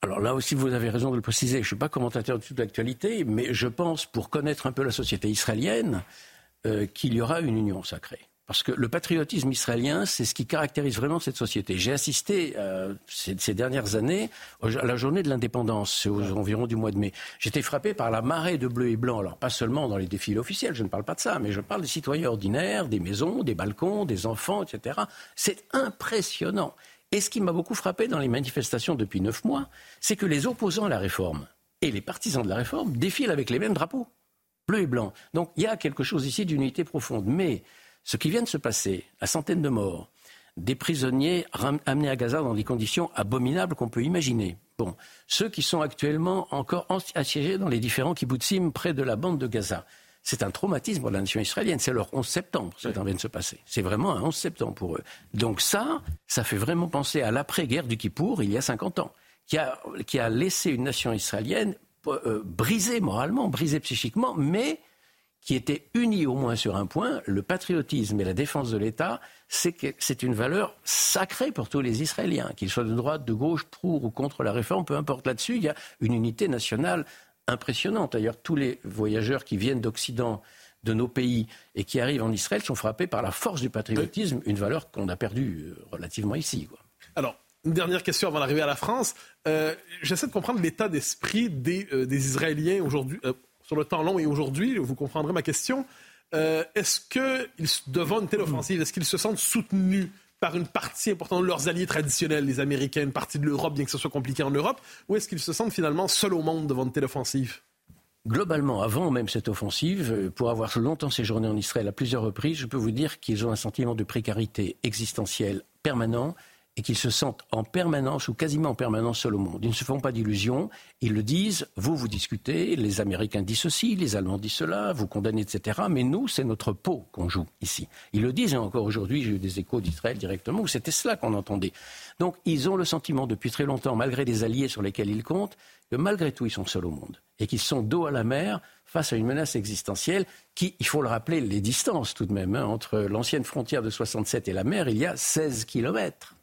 Alors là aussi, vous avez raison de le préciser. Je ne suis pas commentateur de toute l'actualité, mais je pense, pour connaître un peu la société israélienne, qu'il y aura une union sacrée. Parce que le patriotisme israélien, c'est ce qui caractérise vraiment cette société. J'ai assisté ces dernières années à la journée de l'indépendance, c'est aux environs du mois de mai. J'étais frappé par la marée de bleus et blancs. Alors pas seulement dans les défilés officiels, je ne parle pas de ça, mais je parle des citoyens ordinaires, des maisons, des balcons, des enfants, etc. C'est impressionnant. Et ce qui m'a beaucoup frappé dans les manifestations depuis 9 mois, c'est que les opposants à la réforme et les partisans de la réforme défilent avec les mêmes drapeaux, bleu et blanc. Donc il y a quelque chose ici d'unité profonde. Mais ce qui vient de se passer, la centaine de morts, des prisonniers amenés à Gaza dans des conditions abominables qu'on peut imaginer. Bon, ceux qui sont actuellement encore assiégés dans les différents kibbutzim près de la bande de Gaza. C'est un traumatisme pour la nation israélienne. C'est leur 11 septembre, ce qui vient de se passer. C'est vraiment un 11 septembre pour eux. Donc ça fait vraiment penser à l'après-guerre du Kippour, il y a 50 ans, qui a laissé une nation israélienne brisée moralement, brisée psychiquement, mais qui était unie au moins sur un point, le patriotisme et la défense de l'État, c'est une valeur sacrée pour tous les Israéliens, qu'ils soient de droite, de gauche, pour ou contre la réforme, peu importe là-dessus, il y a une unité nationale impressionnante. D'ailleurs, tous les voyageurs qui viennent d'Occident, de nos pays, et qui arrivent en Israël sont frappés par la force du patriotisme, une valeur qu'on a perdue relativement ici, quoi. Alors, une dernière question avant d'arriver à la France. J'essaie de comprendre l'état d'esprit des Israéliens aujourd'hui, sur le temps long et aujourd'hui. Vous comprendrez ma question. Est-ce que, devant une telle offensive, est-ce qu'ils se sentent soutenus par une partie importante de leurs alliés traditionnels, les Américains, une partie de l'Europe, bien que ce soit compliqué en Europe, ou est-ce qu'ils se sentent finalement seuls au monde devant une telle offensive? Globalement, avant même cette offensive, pour avoir longtemps séjourné en Israël à plusieurs reprises, je peux vous dire qu'ils ont un sentiment de précarité existentielle permanent et qu'ils se sentent en permanence ou quasiment en permanence seuls au monde. Ils ne se font pas d'illusions, ils le disent, vous discutez, les Américains disent ceci, les Allemands disent cela, vous condamnez, etc. Mais nous, c'est notre peau qu'on joue ici. Ils le disent, et encore aujourd'hui, j'ai eu des échos d'Israël directement, où c'était cela qu'on entendait. Donc, ils ont le sentiment depuis très longtemps, malgré les alliés sur lesquels ils comptent, que malgré tout, ils sont seuls au monde. Et qu'ils sont dos à la mer face à une menace existentielle qui, il faut le rappeler, les distances tout de même, entre l'ancienne frontière de 67 et la mer, il y a 16 kilomètres.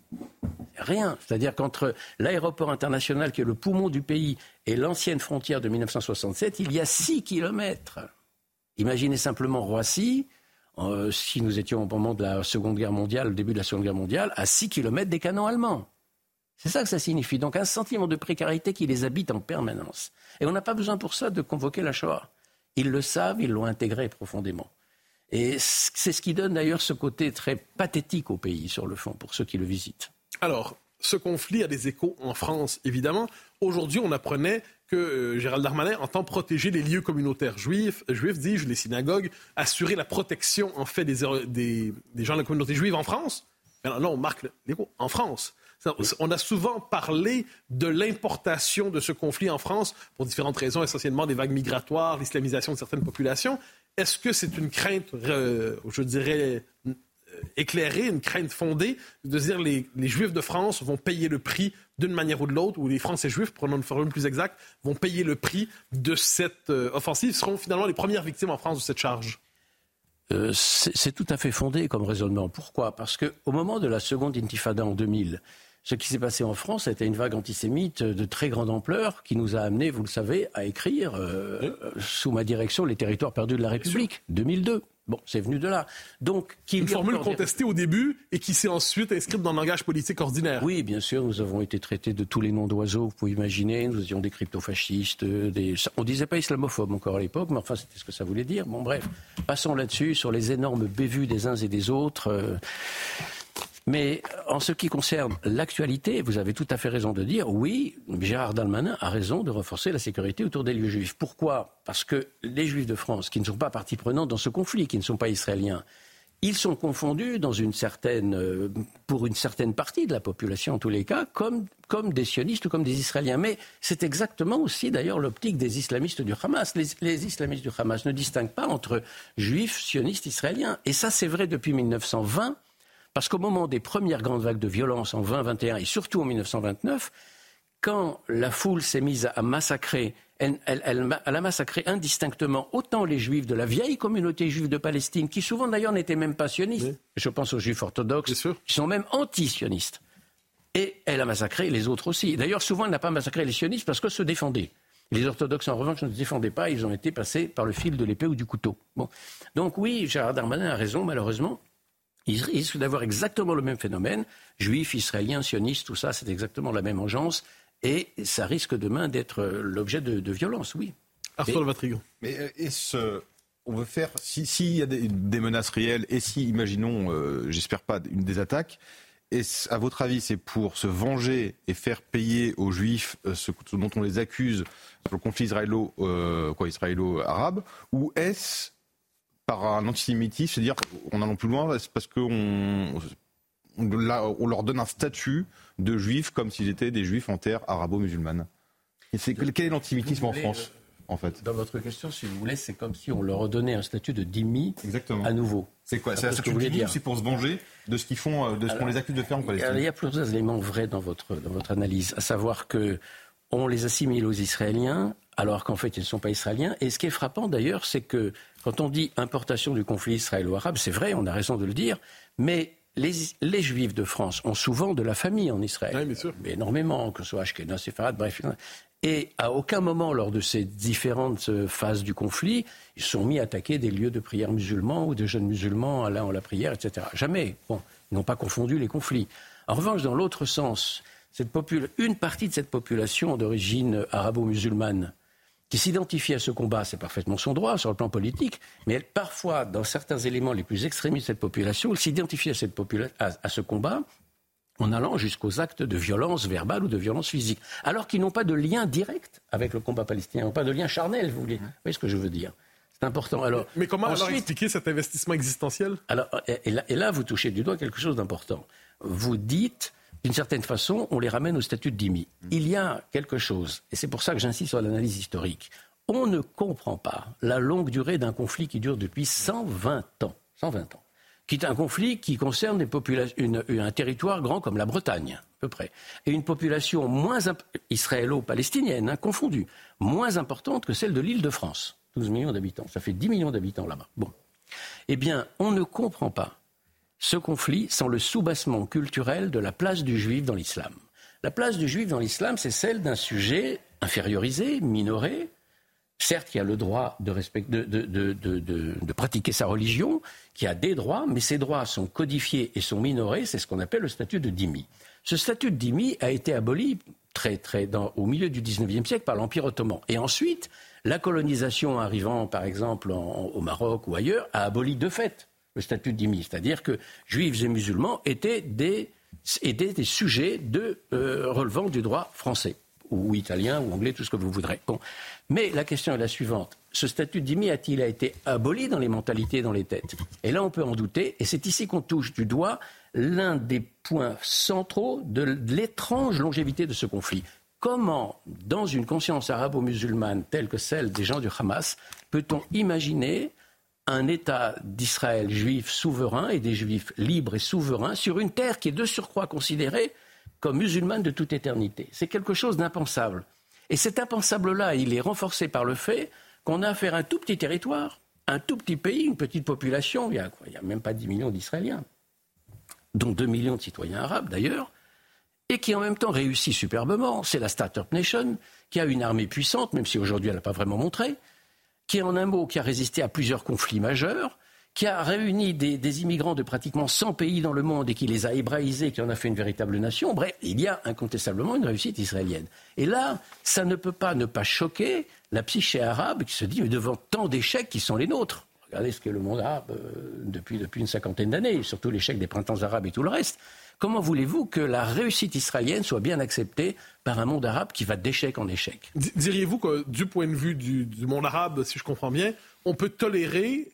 Rien. C'est-à-dire qu'entre l'aéroport international, qui est le poumon du pays, et l'ancienne frontière de 1967, il y a 6 kilomètres. Imaginez simplement Roissy, si nous étions au moment de la Seconde Guerre mondiale, le début de la Seconde Guerre mondiale, à 6 kilomètres des canons allemands. C'est ça que ça signifie. Donc un sentiment de précarité qui les habite en permanence. Et on n'a pas besoin pour ça de convoquer la Shoah. Ils le savent, ils l'ont intégré profondément. Et c'est ce qui donne d'ailleurs ce côté très pathétique au pays, sur le fond, pour ceux qui le visitent. Alors, ce conflit a des échos en France, évidemment. Aujourd'hui, on apprenait que Gérald Darmanin entend protéger les lieux communautaires juifs, dis-je, les synagogues, assurer la protection, en fait, des gens de la communauté juive en France. Alors là, on marque l'écho en France. On a souvent parlé de l'importation de ce conflit en France pour différentes raisons, essentiellement des vagues migratoires, l'islamisation de certaines populations. Est-ce que c'est une crainte, je dirais, éclairée, une crainte fondée, de dire les Juifs de France vont payer le prix d'une manière ou de l'autre, ou les Français juifs, prenons une formule plus exacte, vont payer le prix de cette offensive, seront finalement les premières victimes en France de cette charge? C'est tout à fait fondé comme raisonnement. Pourquoi ? Parce qu'au moment de la seconde intifada en 2000, ce qui s'est passé en France, c'était une vague antisémite de très grande ampleur qui nous a amené, vous le savez, à écrire sous ma direction Les territoires perdus de la République, 2002. Bon, c'est venu de là. Donc, une formule contestée au début et qui s'est ensuite inscrite dans le langage politique ordinaire. Oui, bien sûr, nous avons été traités de tous les noms d'oiseaux, vous pouvez imaginer. Nous étions des crypto-fascistes, on disait pas islamophobes encore à l'époque, mais enfin, c'était ce que ça voulait dire. Bon, bref, passons là-dessus, sur les énormes bévues des uns et des autres. Mais en ce qui concerne l'actualité, vous avez tout à fait raison de dire, oui, Gérald Darmanin a raison de renforcer la sécurité autour des lieux juifs. Pourquoi ? Parce que les Juifs de France, qui ne sont pas partie prenante dans ce conflit, qui ne sont pas israéliens, ils sont confondus pour une certaine partie de la population en tous les cas, comme des sionistes ou comme des Israéliens. Mais c'est exactement aussi d'ailleurs l'optique des islamistes du Hamas. Les islamistes du Hamas ne distinguent pas entre juifs, sionistes, israéliens. Et ça, c'est vrai depuis 1920. Parce qu'au moment des premières grandes vagues de violence en 20-21 et surtout en 1929, quand la foule s'est mise à massacrer, elle a massacré indistinctement autant les juifs de la vieille communauté juive de Palestine, qui souvent d'ailleurs n'étaient même pas sionistes, oui. Je pense aux juifs orthodoxes, qui sont même anti-sionistes, Et elle a massacré les autres aussi. D'ailleurs, souvent, elle n'a pas massacré les sionistes parce qu'eux se défendaient. Les orthodoxes, en revanche, ne se défendaient pas. Ils ont été passés par le fil de l'épée ou du couteau. Bon. Donc oui, Gérard Darmanin a raison, malheureusement. Il risque d'avoir exactement le même phénomène. Juifs, israéliens, sionistes, tout ça, c'est exactement la même engeance. Et ça risque demain d'être l'objet de violence, oui. Arthur Vatrigan. Mais on veut faire, s'il y a des menaces réelles, et si, imaginons, j'espère pas, des attaques, et à votre avis, c'est pour se venger et faire payer aux Juifs ce dont on les accuse sur le conflit israélo-arabe, ou est-ce par un antisémitisme, c'est-à-dire en allant plus loin, c'est parce qu'on leur donne un statut de Juifs comme s'ils étaient des Juifs en terre arabo-musulmane. Quel est l'antisémitisme en France, en fait? Dans votre question, si vous voulez, c'est comme si on leur redonnait un statut de dhimmi à nouveau. C'est quoi? C'est ce que vous voulez dire? C'est pour se venger de ce qu'ils font, de ce qu'on les accuse de faire en Palestine. Il y a plusieurs éléments vrais dans votre analyse, à savoir que on les assimile aux Israéliens, alors qu'en fait, ils ne sont pas Israéliens. Et ce qui est frappant, d'ailleurs, c'est que quand on dit importation du conflit israélo-arabe, c'est vrai, on a raison de le dire, mais les Juifs de France ont souvent de la famille en Israël. Oui, bien sûr. Mais énormément, que ce soit Ashkenaz, Séfarade, bref. Et à aucun moment, lors de ces différentes phases du conflit, ils se sont mis à attaquer des lieux de prière musulmans ou de jeunes musulmans allant à la prière, etc. Jamais. Bon, ils n'ont pas confondu les conflits. En revanche, dans l'autre sens, une partie de cette population d'origine arabo-musulmane qui s'identifie à ce combat, c'est parfaitement son droit sur le plan politique, mais elle, parfois, dans certains éléments les plus extrémistes de cette population, elle s'identifie à ce combat en allant jusqu'aux actes de violence verbale ou de violence physique, alors qu'ils n'ont pas de lien direct avec le combat palestinien, ils n'ont pas de lien charnel, vous voyez ce que je veux dire? C'est important. Alors, mais comment alors expliquer cet investissement existentiel? Alors, et là, vous touchez du doigt quelque chose d'important. Vous dites, d'une certaine façon, on les ramène au statut de dhimmi. Il y a quelque chose, et c'est pour ça que j'insiste sur l'analyse historique. On ne comprend pas la longue durée d'un conflit qui dure depuis 120 ans. 120 ans. Qui est un conflit qui concerne un territoire grand comme la Bretagne, à peu près, et une population israélo-palestinienne, confondue, moins importante que celle de l'Île-de-France, 12 millions d'habitants. Ça fait 10 millions d'habitants là-bas. Bon. Eh bien, on ne comprend pas ce conflit sans le soubassement culturel de la place du juif dans l'islam. La place du juif dans l'islam, c'est celle d'un sujet infériorisé, minoré. Certes, qui a le droit de pratiquer sa religion, qui a des droits, mais ces droits sont codifiés et sont minorés, c'est ce qu'on appelle le statut de dhimmi. Ce statut de dhimmi a été aboli au milieu du XIXe siècle par l'Empire ottoman. Et ensuite, la colonisation arrivant, par exemple, au Maroc ou ailleurs, a aboli de fait le statut de dhimmi. C'est-à-dire que juifs et musulmans étaient des sujets relevant du droit français, ou italien, ou anglais, tout ce que vous voudrez. Bon. Mais la question est la suivante. Ce statut de dhimmi a-t-il été aboli dans les mentalités, dans les têtes? Et là, on peut en douter. Et c'est ici qu'on touche du doigt l'un des points centraux de l'étrange longévité de ce conflit. Comment, dans une conscience arabo-musulmane telle que celle des gens du Hamas, peut-on imaginer un État d'Israël juif souverain et des juifs libres et souverains sur une terre qui est de surcroît considérée comme musulmane de toute éternité? C'est quelque chose d'impensable. Et cet impensable-là, il est renforcé par le fait qu'on a affaire à un tout petit territoire, un tout petit pays, une petite population. Il y a même pas 10 millions d'Israéliens, dont 2 millions de citoyens arabes d'ailleurs, et qui en même temps réussit superbement. C'est la Start-up Nation, qui a une armée puissante, même si aujourd'hui elle n'a pas vraiment montré, qui en un mot, qui a résisté à plusieurs conflits majeurs, qui a réuni des immigrants de pratiquement 100 pays dans le monde et qui les a hébraïsés, qui en a fait une véritable nation. Bref, il y a incontestablement une réussite israélienne. Et là, ça ne peut pas ne pas choquer la psyché arabe qui se dit, mais devant tant d'échecs qui sont les nôtres. Regardez ce qu'est le monde arabe depuis une cinquantaine d'années, surtout l'échec des printemps arabes et tout le reste. Comment voulez-vous que la réussite israélienne soit bien acceptée par un monde arabe qui va d'échec en échec? Diriez-vous que du point de vue du monde arabe, si je comprends bien, on peut tolérer,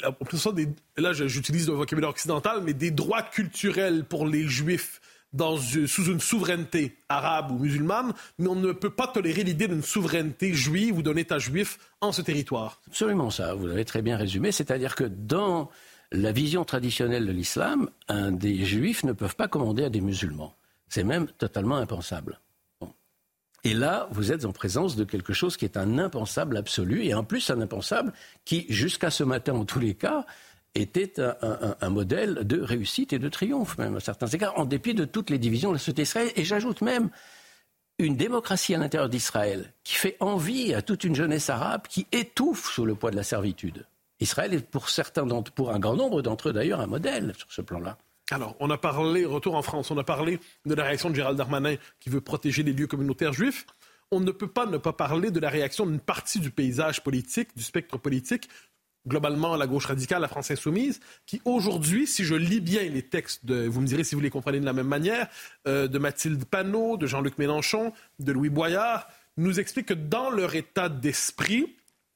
là j'utilise le vocabulaire occidental, mais des droits culturels pour les juifs sous une souveraineté arabe ou musulmane, mais on ne peut pas tolérer l'idée d'une souveraineté juive ou d'un État juif en ce territoire? Absolument ça, vous l'avez très bien résumé, c'est-à-dire que dans la vision traditionnelle de l'islam, des juifs ne peuvent pas commander à des musulmans. C'est même totalement impensable. Bon. Et là, vous êtes en présence de quelque chose qui est un impensable absolu, et en plus un impensable qui, jusqu'à ce matin en tous les cas, était un modèle de réussite et de triomphe, même à certains égards, en dépit de toutes les divisions de la société israélienne. Et j'ajoute même une démocratie à l'intérieur d'Israël qui fait envie à toute une jeunesse arabe qui étouffe sous le poids de la servitude. Israël est pour un grand nombre d'entre eux d'ailleurs un modèle sur ce plan-là. Alors, on a parlé, retour en France, on a parlé de la réaction de Gérald Darmanin qui veut protéger les lieux communautaires juifs. On ne peut pas ne pas parler de la réaction d'une partie du paysage politique, du spectre politique, globalement la gauche radicale, la France insoumise, qui aujourd'hui, si je lis bien les textes, vous me direz si vous les comprenez de la même manière, de Mathilde Panot, de Jean-Luc Mélenchon, de Louis Boyard, nous expliquent que dans leur état d'esprit,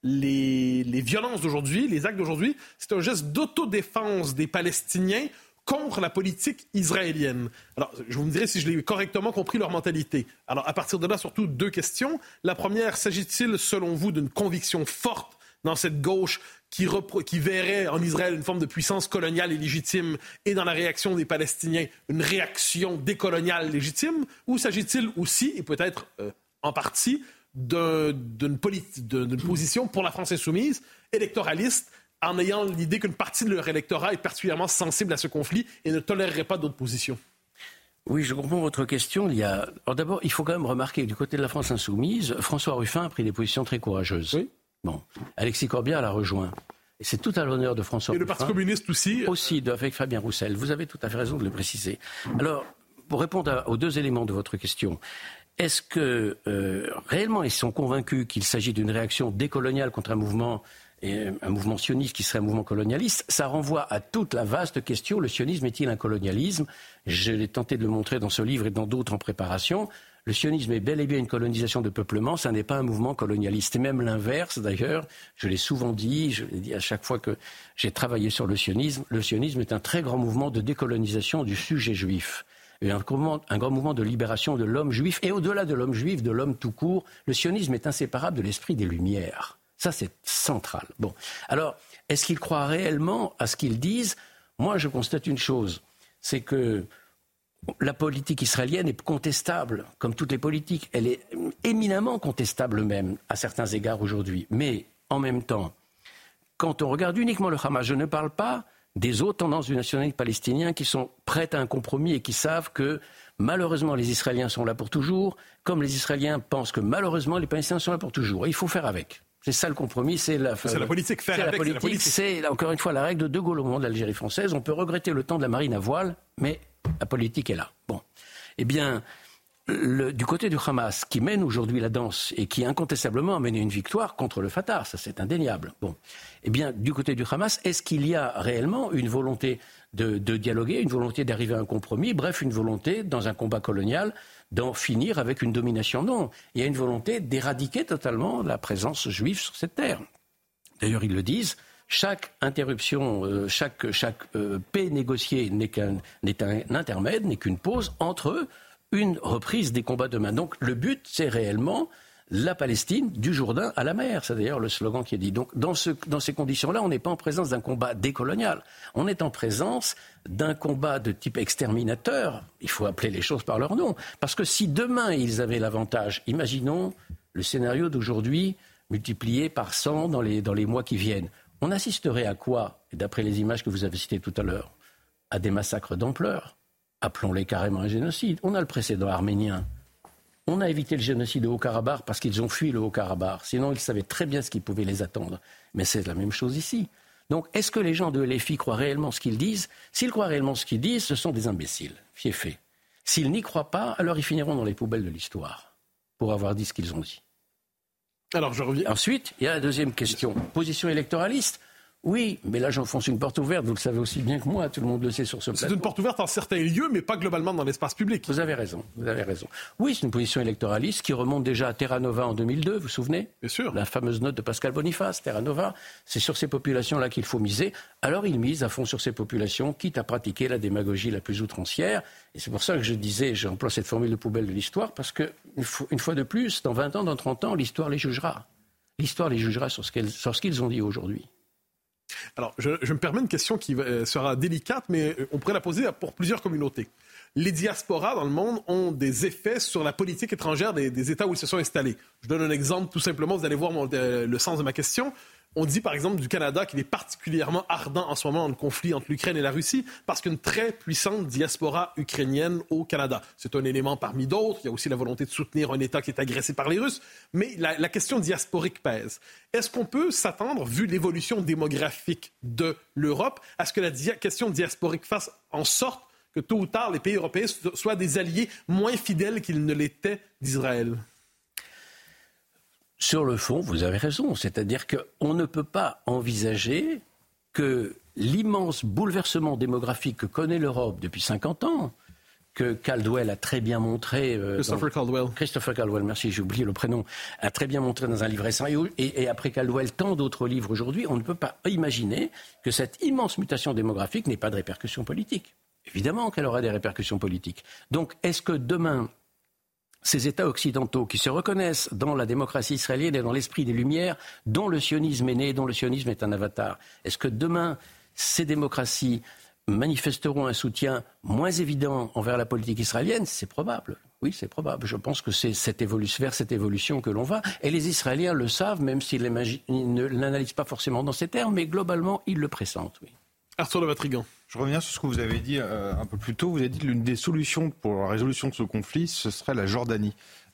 les violences d'aujourd'hui, les actes d'aujourd'hui, c'est un geste d'autodéfense des Palestiniens contre la politique israélienne. Alors, je vous me dirai si je l'ai correctement compris leur mentalité. Alors, à partir de là, surtout deux questions. La première, s'agit-il, selon vous, d'une conviction forte dans cette gauche qui verrait en Israël une forme de puissance coloniale et légitime et dans la réaction des Palestiniens une réaction décoloniale légitime? Ou s'agit-il aussi, et peut-être en partie, d'une position pour la France insoumise, électoraliste, en ayant l'idée qu'une partie de leur électorat est particulièrement sensible à ce conflit et ne tolérerait pas d'autres positions? Oui, je comprends votre question. Alors d'abord, il faut quand même remarquer que du côté de la France insoumise, François Ruffin a pris des positions très courageuses. Oui. Bon, Alexis Corbière l'a rejoint. Et c'est tout à l'honneur de François Ruffin. Et le Parti communiste aussi. Aussi, avec Fabien Roussel. Vous avez tout à fait raison de le préciser. Alors, pour répondre aux deux éléments de votre question, est-ce que réellement ils sont convaincus qu'il s'agit d'une réaction décoloniale contre un mouvement sioniste qui serait un mouvement colonialiste? Ça renvoie à toute la vaste question, le sionisme est-il un colonialisme? Je l'ai tenté de le montrer dans ce livre et dans d'autres en préparation. Le sionisme est bel et bien une colonisation de peuplement, ça n'est pas un mouvement colonialiste. Et même l'inverse, d'ailleurs, je l'ai souvent dit, je l'ai dit à chaque fois que j'ai travaillé sur le sionisme est un très grand mouvement de décolonisation du sujet juif. Et un grand mouvement de libération de l'homme juif, et au-delà de l'homme juif, de l'homme tout court. Le sionisme est inséparable de l'esprit des Lumières. Ça, c'est central. Bon, alors, est-ce qu'ils croient réellement à ce qu'ils disent? Moi, je constate une chose, c'est que la politique israélienne est contestable, comme toutes les politiques. Elle est éminemment contestable même, à certains égards aujourd'hui. Mais, en même temps, quand on regarde uniquement le Hamas, je ne parle pas des autres tendances du nationalisme palestinien qui sont prêtes à un compromis et qui savent que, malheureusement, les Israéliens sont là pour toujours, comme les Israéliens pensent que, malheureusement, les Palestiniens sont là pour toujours. Et il faut faire avec. C'est ça le compromis, c'est la politique. C'est encore une fois la règle de De Gaulle au moment de l'Algérie française. On peut regretter le temps de la marine à voile, mais la politique est là. Bon, eh bien, du côté du Hamas, qui mène aujourd'hui la danse et qui incontestablement a mené une victoire contre le Fatah, ça c'est indéniable. Bon, eh bien, du côté du Hamas, est-ce qu'il y a réellement une volonté de dialoguer, une volonté d'arriver à un compromis, bref, une volonté, dans un combat colonial, d'en finir avec une domination? Non, il y a une volonté d'éradiquer totalement la présence juive sur cette terre. D'ailleurs, ils le disent, chaque interruption, chaque paix négociée n'est un intermède, n'est qu'une pause entre une reprise des combats demain. Donc le but, c'est réellement la Palestine du Jourdain à la mer. C'est d'ailleurs le slogan qui est dit. Donc dans ces conditions-là, on n'est pas en présence d'un combat décolonial. On est en présence d'un combat de type exterminateur. Il faut appeler les choses par leur nom. Parce que si demain ils avaient l'avantage, imaginons le scénario d'aujourd'hui multiplié par 100 dans les mois qui viennent. On assisterait à quoi? Et d'après les images que vous avez citées tout à l'heure, à des massacres d'ampleur. Appelons-les carrément un génocide. On a le précédent arménien. On a évité le génocide au Haut-Karabakh parce qu'ils ont fui le Haut-Karabakh. Sinon, ils savaient très bien ce qui pouvait les attendre. Mais c'est la même chose ici. Donc, est-ce que les gens de LFI croient réellement ce qu'ils disent? S'ils croient réellement ce qu'ils disent, ce sont des imbéciles, fiefés. S'ils n'y croient pas, alors ils finiront dans les poubelles de l'histoire pour avoir dit ce qu'ils ont dit. Alors, je reviens. Ensuite, il y a la deuxième question. Position électoraliste? Oui, mais là j'enfonce une porte ouverte, vous le savez aussi bien que moi, tout le monde le sait sur ce plateau. C'est une porte ouverte en certains lieux, mais pas globalement dans l'espace public. Vous avez raison. Oui, c'est une position électoraliste qui remonte déjà à Terra Nova en 2002, vous vous souvenez? Bien sûr. La fameuse note de Pascal Boniface, Terra Nova, c'est sur ces populations-là qu'il faut miser. Alors ils misent à fond sur ces populations, quitte à pratiquer la démagogie la plus outrancière. Et c'est pour ça que je disais, j'emploie cette formule de poubelle de l'histoire, parce que, une fois de plus, dans 20 ans, dans 30 ans, l'histoire les jugera. L'histoire les jugera sur ce qu'ils ont dit aujourd'hui. Alors, je me permets une question qui sera délicate, mais on pourrait la poser pour plusieurs communautés. Les diasporas dans le monde ont des effets sur la politique étrangère des États où ils se sont installés. Je donne un exemple tout simplement, vous allez voir le sens de ma question. On dit par exemple du Canada qu'il est particulièrement ardent en ce moment dans le conflit entre l'Ukraine et la Russie parce qu'il y a une très puissante diaspora ukrainienne au Canada. C'est un élément parmi d'autres. Il y a aussi la volonté de soutenir un État qui est agressé par les Russes. Mais la question diasporique pèse. Est-ce qu'on peut s'attendre, vu l'évolution démographique de l'Europe, à ce que la question diasporique fasse en sorte que tôt ou tard, les pays européens soient des alliés moins fidèles qu'ils ne l'étaient d'Israël? Sur le fond, vous avez raison. C'est-à-dire qu'on ne peut pas envisager que l'immense bouleversement démographique que connaît l'Europe depuis 50 ans, que Caldwell a très bien montré... Christopher Caldwell, merci, j'ai oublié le prénom, a très bien montré dans un livre récent. Et après Caldwell, tant d'autres livres aujourd'hui, on ne peut pas imaginer que cette immense mutation démographique n'ait pas de répercussions politiques. Évidemment qu'elle aura des répercussions politiques. Donc, est-ce que demain... ces États occidentaux qui se reconnaissent dans la démocratie israélienne et dans l'esprit des Lumières, dont le sionisme est né, dont le sionisme est un avatar. Est-ce que demain, ces démocraties manifesteront un soutien moins évident envers la politique israélienne? C'est probable. Oui, c'est probable. Je pense que c'est vers cette évolution que l'on va. Et les Israéliens le savent, même s'ils ne l'analysent pas forcément dans ces termes, mais globalement, ils le pressentent, oui. Arthur de Vatrigan. Je reviens sur ce que vous avez dit un peu plus tôt. Vous avez dit que l'une des solutions pour la résolution de ce conflit, ce serait la Jordanie.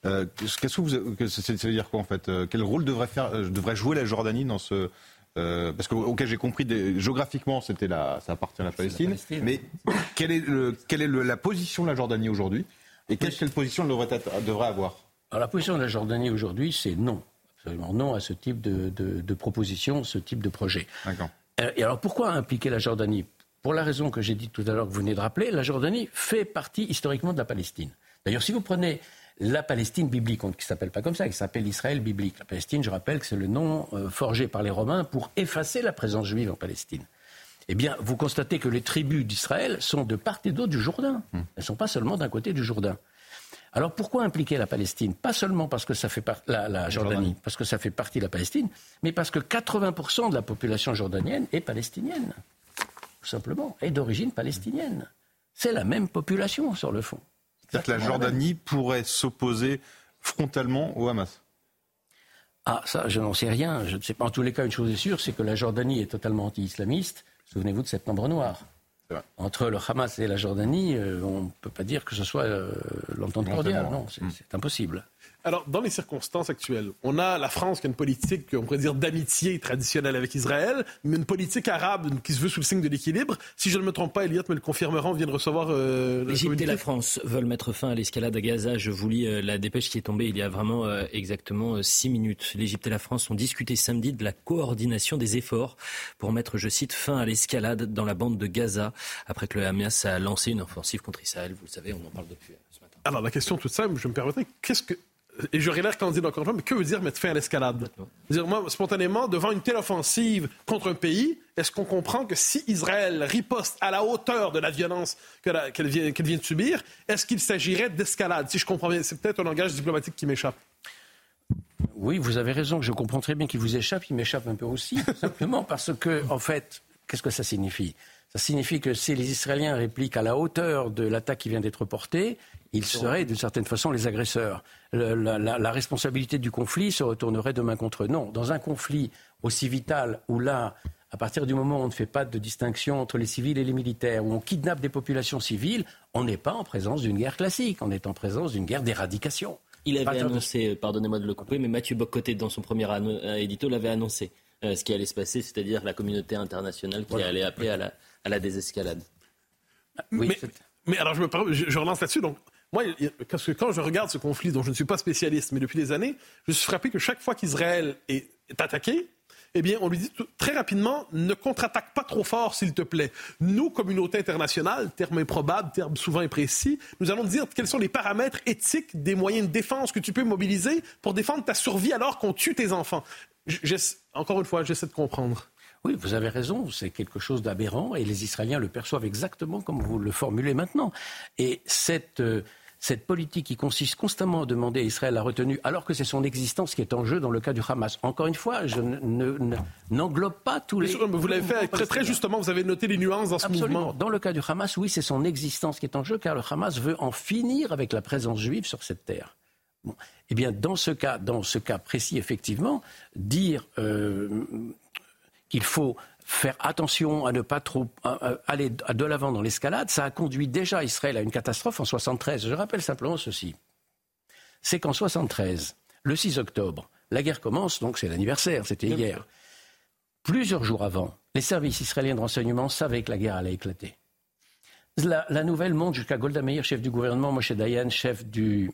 Ça veut dire quoi en fait? Quel rôle devrait jouer la Jordanie dans ce... parce que j'ai compris, géographiquement, ça appartient à la Palestine. Mais quelle est la position de la Jordanie aujourd'hui? Et quelle position elle devrait avoir? Alors la position de la Jordanie aujourd'hui, c'est non. Absolument non à ce type de proposition, ce type de projet. D'accord. Et alors pourquoi impliquer la Jordanie? Pour la raison que j'ai dit tout à l'heure, que vous venez de rappeler, la Jordanie fait partie historiquement de la Palestine. D'ailleurs, si vous prenez la Palestine biblique, qui ne s'appelle pas comme ça, qui s'appelle Israël biblique. La Palestine, je rappelle que c'est le nom forgé par les Romains pour effacer la présence juive en Palestine. Eh bien, vous constatez que les tribus d'Israël sont de part et d'autre du Jourdain. Elles ne sont pas seulement d'un côté du Jourdain. Alors pourquoi impliquer la Palestine? Pas seulement parce que ça fait la Jordanie, parce que ça fait partie de la Palestine, mais parce que 80% de la population jordanienne est palestinienne. Tout simplement, est d'origine palestinienne. C'est la même population sur le fond. C'est-à-dire que la Jordanie pourrait s'opposer frontalement au Hamas? Ah, ça, je n'en sais rien. Je ne sais pas. En tous les cas, une chose est sûre, c'est que la Jordanie est totalement anti-islamiste. Souvenez-vous de Septembre Noir. Entre le Hamas et la Jordanie, on ne peut pas dire que ce soit l'entente cordiale. Non, c'est impossible. Alors, dans les circonstances actuelles, on a la France qui a une politique, on pourrait dire, d'amitié traditionnelle avec Israël, mais une politique arabe qui se veut sous le signe de l'équilibre. Si je ne me trompe pas, Elliot me le confirmera, on vient de recevoir... L'Égypte et la France veulent mettre fin à l'escalade à Gaza. Je vous lis la dépêche qui est tombée il y a vraiment exactement 6 minutes. L'Égypte et la France ont discuté samedi de la coordination des efforts pour mettre, je cite, fin à l'escalade dans la bande de Gaza, après que le Hamas a lancé une offensive contre Israël. Vous le savez, on en parle depuis ce matin. Alors, la question toute simple, je me permettrai, et j'aurais l'air candide encore une fois, mais que veut dire mettre fin à l'escalade? Moi, spontanément, devant une telle offensive contre un pays, est-ce qu'on comprend que si Israël riposte à la hauteur de la violence qu'elle vient de subir, est-ce qu'il s'agirait d'escalade? Si je comprends bien, c'est peut-être un langage diplomatique qui m'échappe. Oui, vous avez raison, je comprends très bien qu'il vous échappe, il m'échappe un peu aussi, simplement parce que, en fait, qu'est-ce que ça signifie? Ça signifie que si les Israéliens répliquent à la hauteur de l'attaque qui vient d'être portée, ils seraient d'une certaine façon les agresseurs. La responsabilité du conflit se retournerait demain contre eux. Non, dans un conflit aussi vital où là, à partir du moment où on ne fait pas de distinction entre les civils et les militaires, où on kidnappe des populations civiles, on n'est pas en présence d'une guerre classique, on est en présence d'une guerre d'éradication. Il avait annoncé, pardonnez-moi de le couper, mais Mathieu Bock-Côté, dans son premier édito, l'avait annoncé. Ce qui allait se passer, c'est-à-dire la communauté internationale qui allait appeler à la désescalade. Oui, mais alors, je relance là-dessus. Donc, moi, quand je regarde ce conflit dont je ne suis pas spécialiste, mais depuis des années, je suis frappé que chaque fois qu'Israël est attaqué, eh bien, on lui dit très rapidement, ne contre-attaque pas trop fort, s'il te plaît. Nous, communauté internationale, terme improbable, terme souvent imprécis, nous allons dire quels sont les paramètres éthiques des moyens de défense que tu peux mobiliser pour défendre ta survie alors qu'on tue tes enfants. Encore une fois, j'essaie de comprendre. Oui, vous avez raison, c'est quelque chose d'aberrant et les Israéliens le perçoivent exactement comme vous le formulez maintenant. Et cette politique qui consiste constamment à demander à Israël la retenue, alors que c'est son existence qui est en jeu dans le cas du Hamas. Encore une fois, je n'englobe pas tous les... Vous l'avez fait très, très justement, vous avez noté les nuances dans ce mouvement. Dans le cas du Hamas, oui, c'est son existence qui est en jeu, car le Hamas veut en finir avec la présence juive sur cette terre. Bon. Eh bien, dans ce cas précis, effectivement, dire qu'il faut faire attention à ne pas trop aller de l'avant dans l'escalade, ça a conduit déjà Israël à une catastrophe en 1973. Je rappelle simplement ceci. C'est qu'en 1973, le 6 octobre, la guerre commence, donc c'est l'anniversaire, c'était hier. Plusieurs jours avant, les services israéliens de renseignement savaient que la guerre allait éclater. La nouvelle monte jusqu'à Golda Meir, chef du gouvernement, Moshe Dayan, chef de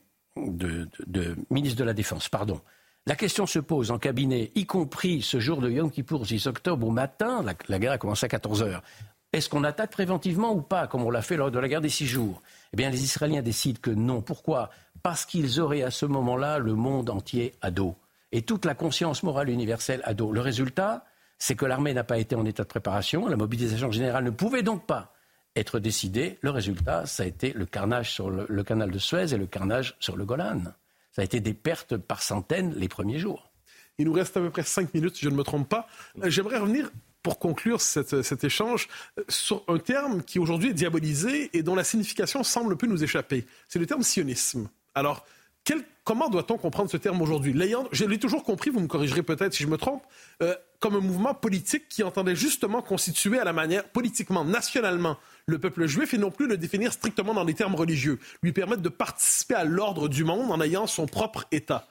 ministre de la Défense, pardon. La question se pose en cabinet, y compris ce jour de Yom Kippour, 6 octobre, au matin, la guerre a commencé à 14h. Est-ce qu'on attaque préventivement ou pas, comme on l'a fait lors de la guerre des 6 jours ? Eh bien, les Israéliens décident que non. Pourquoi ? Parce qu'ils auraient à ce moment-là le monde entier à dos. Et toute la conscience morale universelle à dos. Le résultat, c'est que l'armée n'a pas été en état de préparation. La mobilisation générale ne pouvait donc pas être décidée. Le résultat, ça a été le carnage sur le canal de Suez et le carnage sur le Golan. Ça a été des pertes par centaines les premiers jours. Il nous reste à peu près 5 minutes, si je ne me trompe pas. J'aimerais revenir, pour conclure cet échange, sur un terme qui aujourd'hui est diabolisé et dont la signification semble peu nous échapper. C'est le terme sionisme. Alors, comment doit-on comprendre ce terme aujourd'hui ? Je l'ai toujours compris, vous me corrigerez peut-être si je me trompe, comme un mouvement politique qui entendait justement constituer à la manière, politiquement, nationalement, le peuple juif et non plus le définir strictement dans des termes religieux, lui permettre de participer à l'ordre du monde en ayant son propre État.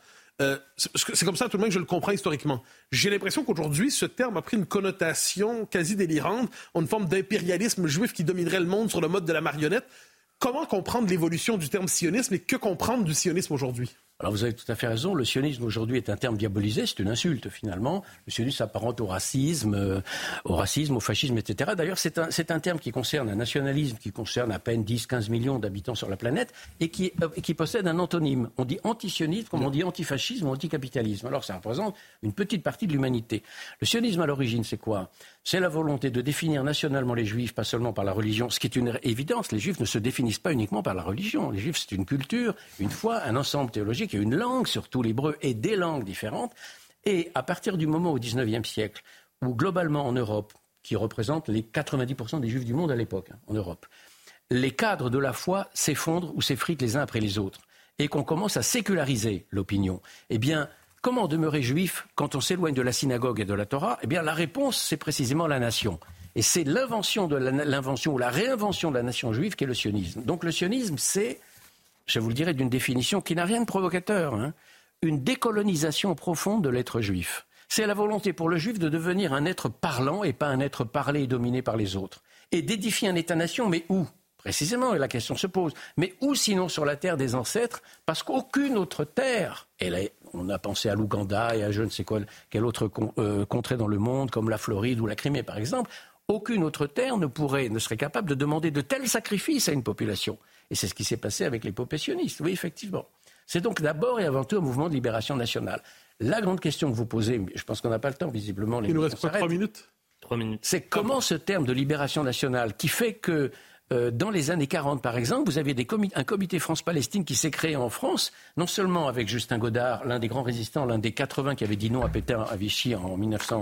C'est comme ça tout le monde que je le comprends historiquement. J'ai l'impression qu'aujourd'hui, ce terme a pris une connotation quasi délirante, une forme d'impérialisme juif qui dominerait le monde sur le mode de la marionnette. Comment comprendre l'évolution du terme sionisme et que comprendre du sionisme aujourd'hui ? Alors vous avez tout à fait raison, le sionisme aujourd'hui est un terme diabolisé, c'est une insulte finalement. Le sionisme s'apparente au racisme, au fascisme, etc. D'ailleurs c'est un terme qui concerne un nationalisme qui concerne à peine 10-15 millions d'habitants sur la planète et qui possède un antonyme. On dit antisionisme comme on dit antifascisme ou anticapitalisme. Alors ça représente une petite partie de l'humanité. Le sionisme à l'origine c'est quoi ? C'est la volonté de définir nationalement les juifs, pas seulement par la religion, ce qui est une évidence. Les juifs ne se définissent pas uniquement par la religion. Les juifs c'est une culture, une foi, un ensemble théologique. Il y a une langue, surtout l'hébreu, et des langues différentes. Et à partir du moment au XIXe siècle, où globalement en Europe, qui représente les 90% des juifs du monde à l'époque, en Europe, les cadres de la foi s'effondrent ou s'effritent les uns après les autres, et qu'on commence à séculariser l'opinion, eh bien, comment demeurer juif quand on s'éloigne de la synagogue et de la Torah ? Eh bien, la réponse, c'est précisément la nation. Et c'est l'invention ou la réinvention de la nation juive qui est le sionisme. Donc le sionisme, c'est, je vous le dirais d'une définition qui n'a rien de provocateur, une décolonisation profonde de l'être juif. C'est la volonté pour le juif de devenir un être parlant et pas un être parlé et dominé par les autres. Et d'édifier un État-nation, mais où ? Précisément, et la question se pose. Mais où sinon sur la terre des ancêtres ? Parce qu'aucune autre terre, on a pensé à l'Ouganda et à je ne sais quelle autre contrée dans le monde, comme la Floride ou la Crimée par exemple, aucune autre terre ne serait capable de demander de tels sacrifices à une population. Et c'est ce qui s'est passé avec les populationnistes, oui, effectivement. C'est donc d'abord et avant tout un mouvement de libération nationale. La grande question que vous posez, je pense qu'on n'a pas le temps, visiblement. Il nous reste pas 3 minutes. 3 minutes. C'est comment ce terme de libération nationale, qui fait que dans les années 40, par exemple, vous avez un comité France-Palestine qui s'est créé en France, non seulement avec Justin Godard, l'un des grands résistants, l'un des 80 qui avait dit non à Pétain à Vichy en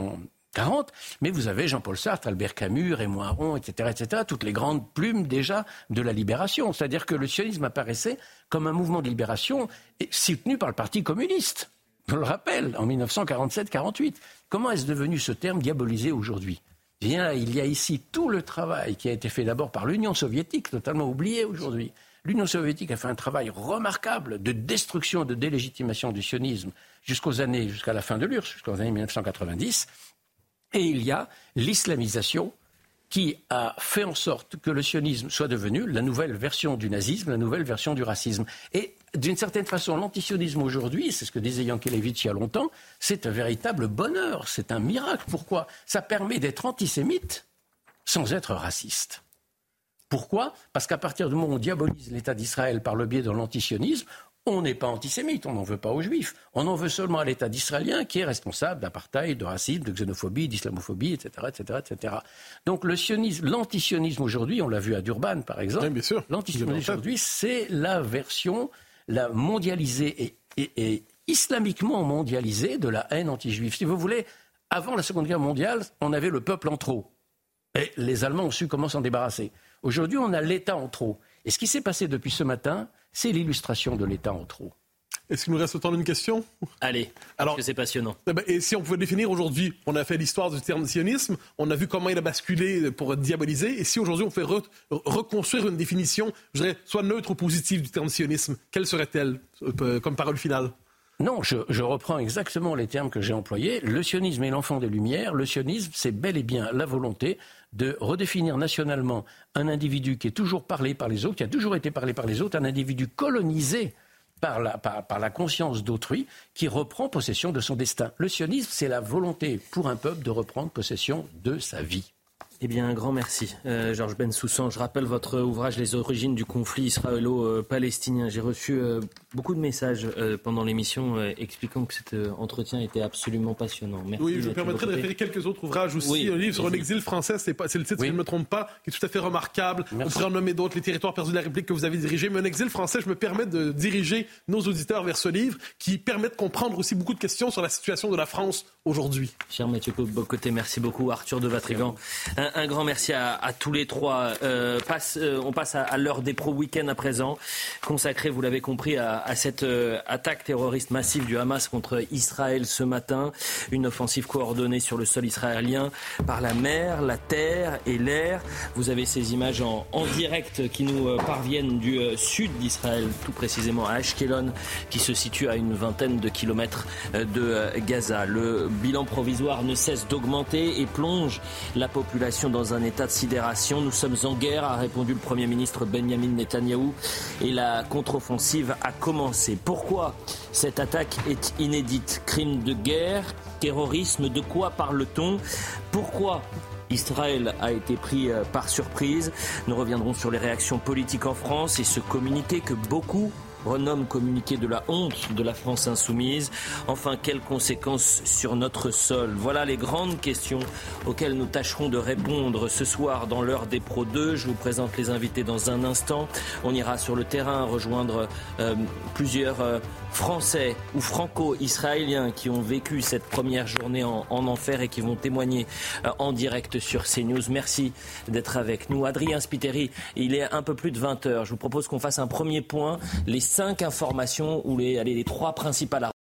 1940, mais vous avez Jean-Paul Sartre, Albert Camus, Raymond Aron, etc., toutes les grandes plumes déjà de la libération. C'est-à-dire que le sionisme apparaissait comme un mouvement de libération soutenu par le Parti communiste. Je le rappelle, en 1947-48. Comment est-ce devenu ce terme diabolisé aujourd'hui ? Bien, il y a ici tout le travail qui a été fait d'abord par l'Union soviétique, totalement oublié aujourd'hui. L'Union soviétique a fait un travail remarquable de destruction et de délégitimation du sionisme jusqu'à la fin de l'URSS, jusqu'aux années 1990. Et il y a l'islamisation qui a fait en sorte que le sionisme soit devenu la nouvelle version du nazisme, la nouvelle version du racisme. Et d'une certaine façon, l'antisionisme aujourd'hui, c'est ce que disait Yankelevitch il y a longtemps, c'est un véritable bonheur, c'est un miracle. Pourquoi ? Ça permet d'être antisémite sans être raciste. Pourquoi ? Parce qu'à partir du moment où on diabolise l'État d'Israël par le biais de l'antisionisme, on n'est pas antisémite, on n'en veut pas aux Juifs. On en veut seulement à l'État d'israélien qui est responsable d'apartheid, de racisme, de xénophobie, d'islamophobie, etc., etc., etc. Donc le sionisme, l'antisionisme aujourd'hui, on l'a vu à Durban par exemple, oui, bien sûr. L'antisionisme aujourd'hui, c'est la version la mondialisée et islamiquement mondialisée de la haine anti-juive. Si vous voulez, avant la Seconde Guerre mondiale, on avait le peuple en trop. Et les Allemands ont su comment s'en débarrasser. Aujourd'hui, on a l'État en trop. Et ce qui s'est passé depuis ce matin, c'est l'illustration de l'État en trop. Est-ce qu'il nous reste le temps d'une question? Allez, parce que c'est passionnant. Et si on pouvait définir aujourd'hui, on a fait l'histoire du terme sionisme, on a vu comment il a basculé pour diaboliser, et si aujourd'hui on fait reconstruire une définition, je dirais, soit neutre ou positive du terme sionisme, quelle serait-elle comme parole finale? Non, je reprends exactement les termes que j'ai employés. Le sionisme est l'enfant des Lumières. Le sionisme, c'est bel et bien la volonté de redéfinir nationalement un individu qui est toujours parlé par les autres, qui a toujours été parlé par les autres, un individu colonisé par la conscience d'autrui qui reprend possession de son destin. Le sionisme, c'est la volonté pour un peuple de reprendre possession de sa vie. Eh bien, un grand merci, Georges Bensoussan. Je rappelle votre ouvrage « Les origines du conflit israélo-palestinien ». J'ai reçu beaucoup de messages pendant l'émission expliquant que cet entretien était absolument passionnant. Merci. Oui, je me permettrai de référer quelques autres ouvrages aussi. Oui, un livre sur l'exil français, c'est le titre, si je ne me trompe pas, qui est tout à fait remarquable. Merci. On pourrait en nommer d'autres, les territoires perdus de la République que vous avez dirigé. Mais un exil français, je me permets de diriger nos auditeurs vers ce livre qui permet de comprendre aussi beaucoup de questions sur la situation de la France aujourd'hui. Cher Mathieu Bocoté, merci beaucoup. Arthur de Vatrigan. Un grand merci à tous les trois. On passe à l'heure des pros week-end à présent, consacrée, vous l'avez compris, à cette attaque terroriste massive du Hamas contre Israël ce matin. Une offensive coordonnée sur le sol israélien par la mer, la terre et l'air. Vous avez ces images en direct qui nous parviennent du sud d'Israël, tout précisément à Ashkelon, qui se situe à une vingtaine de kilomètres de Gaza. Le bilan provisoire ne cesse d'augmenter et plonge la population dans un état de sidération. Nous sommes en guerre, a répondu le Premier ministre Benyamin Netanyahou, et la contre-offensive a commencé. Pourquoi cette attaque est inédite? Crime de guerre, terrorisme, de quoi parle-t-on? Pourquoi Israël a été pris par surprise? Nous reviendrons sur les réactions politiques en France et ce communiqué que beaucoup renomme communiqué de la honte de la France insoumise. Enfin, quelles conséquences sur notre sol? Voilà les grandes questions auxquelles nous tâcherons de répondre ce soir dans l'heure des Pros 2. Je vous présente les invités dans un instant. On ira sur le terrain rejoindre plusieurs Français ou franco-israéliens qui ont vécu cette première journée en enfer et qui vont témoigner en direct sur CNews. Merci d'être avec nous. Adrien Spiteri, il est un peu plus de 20h. Je vous propose qu'on fasse un premier point. Les 5 informations ou les 3 principales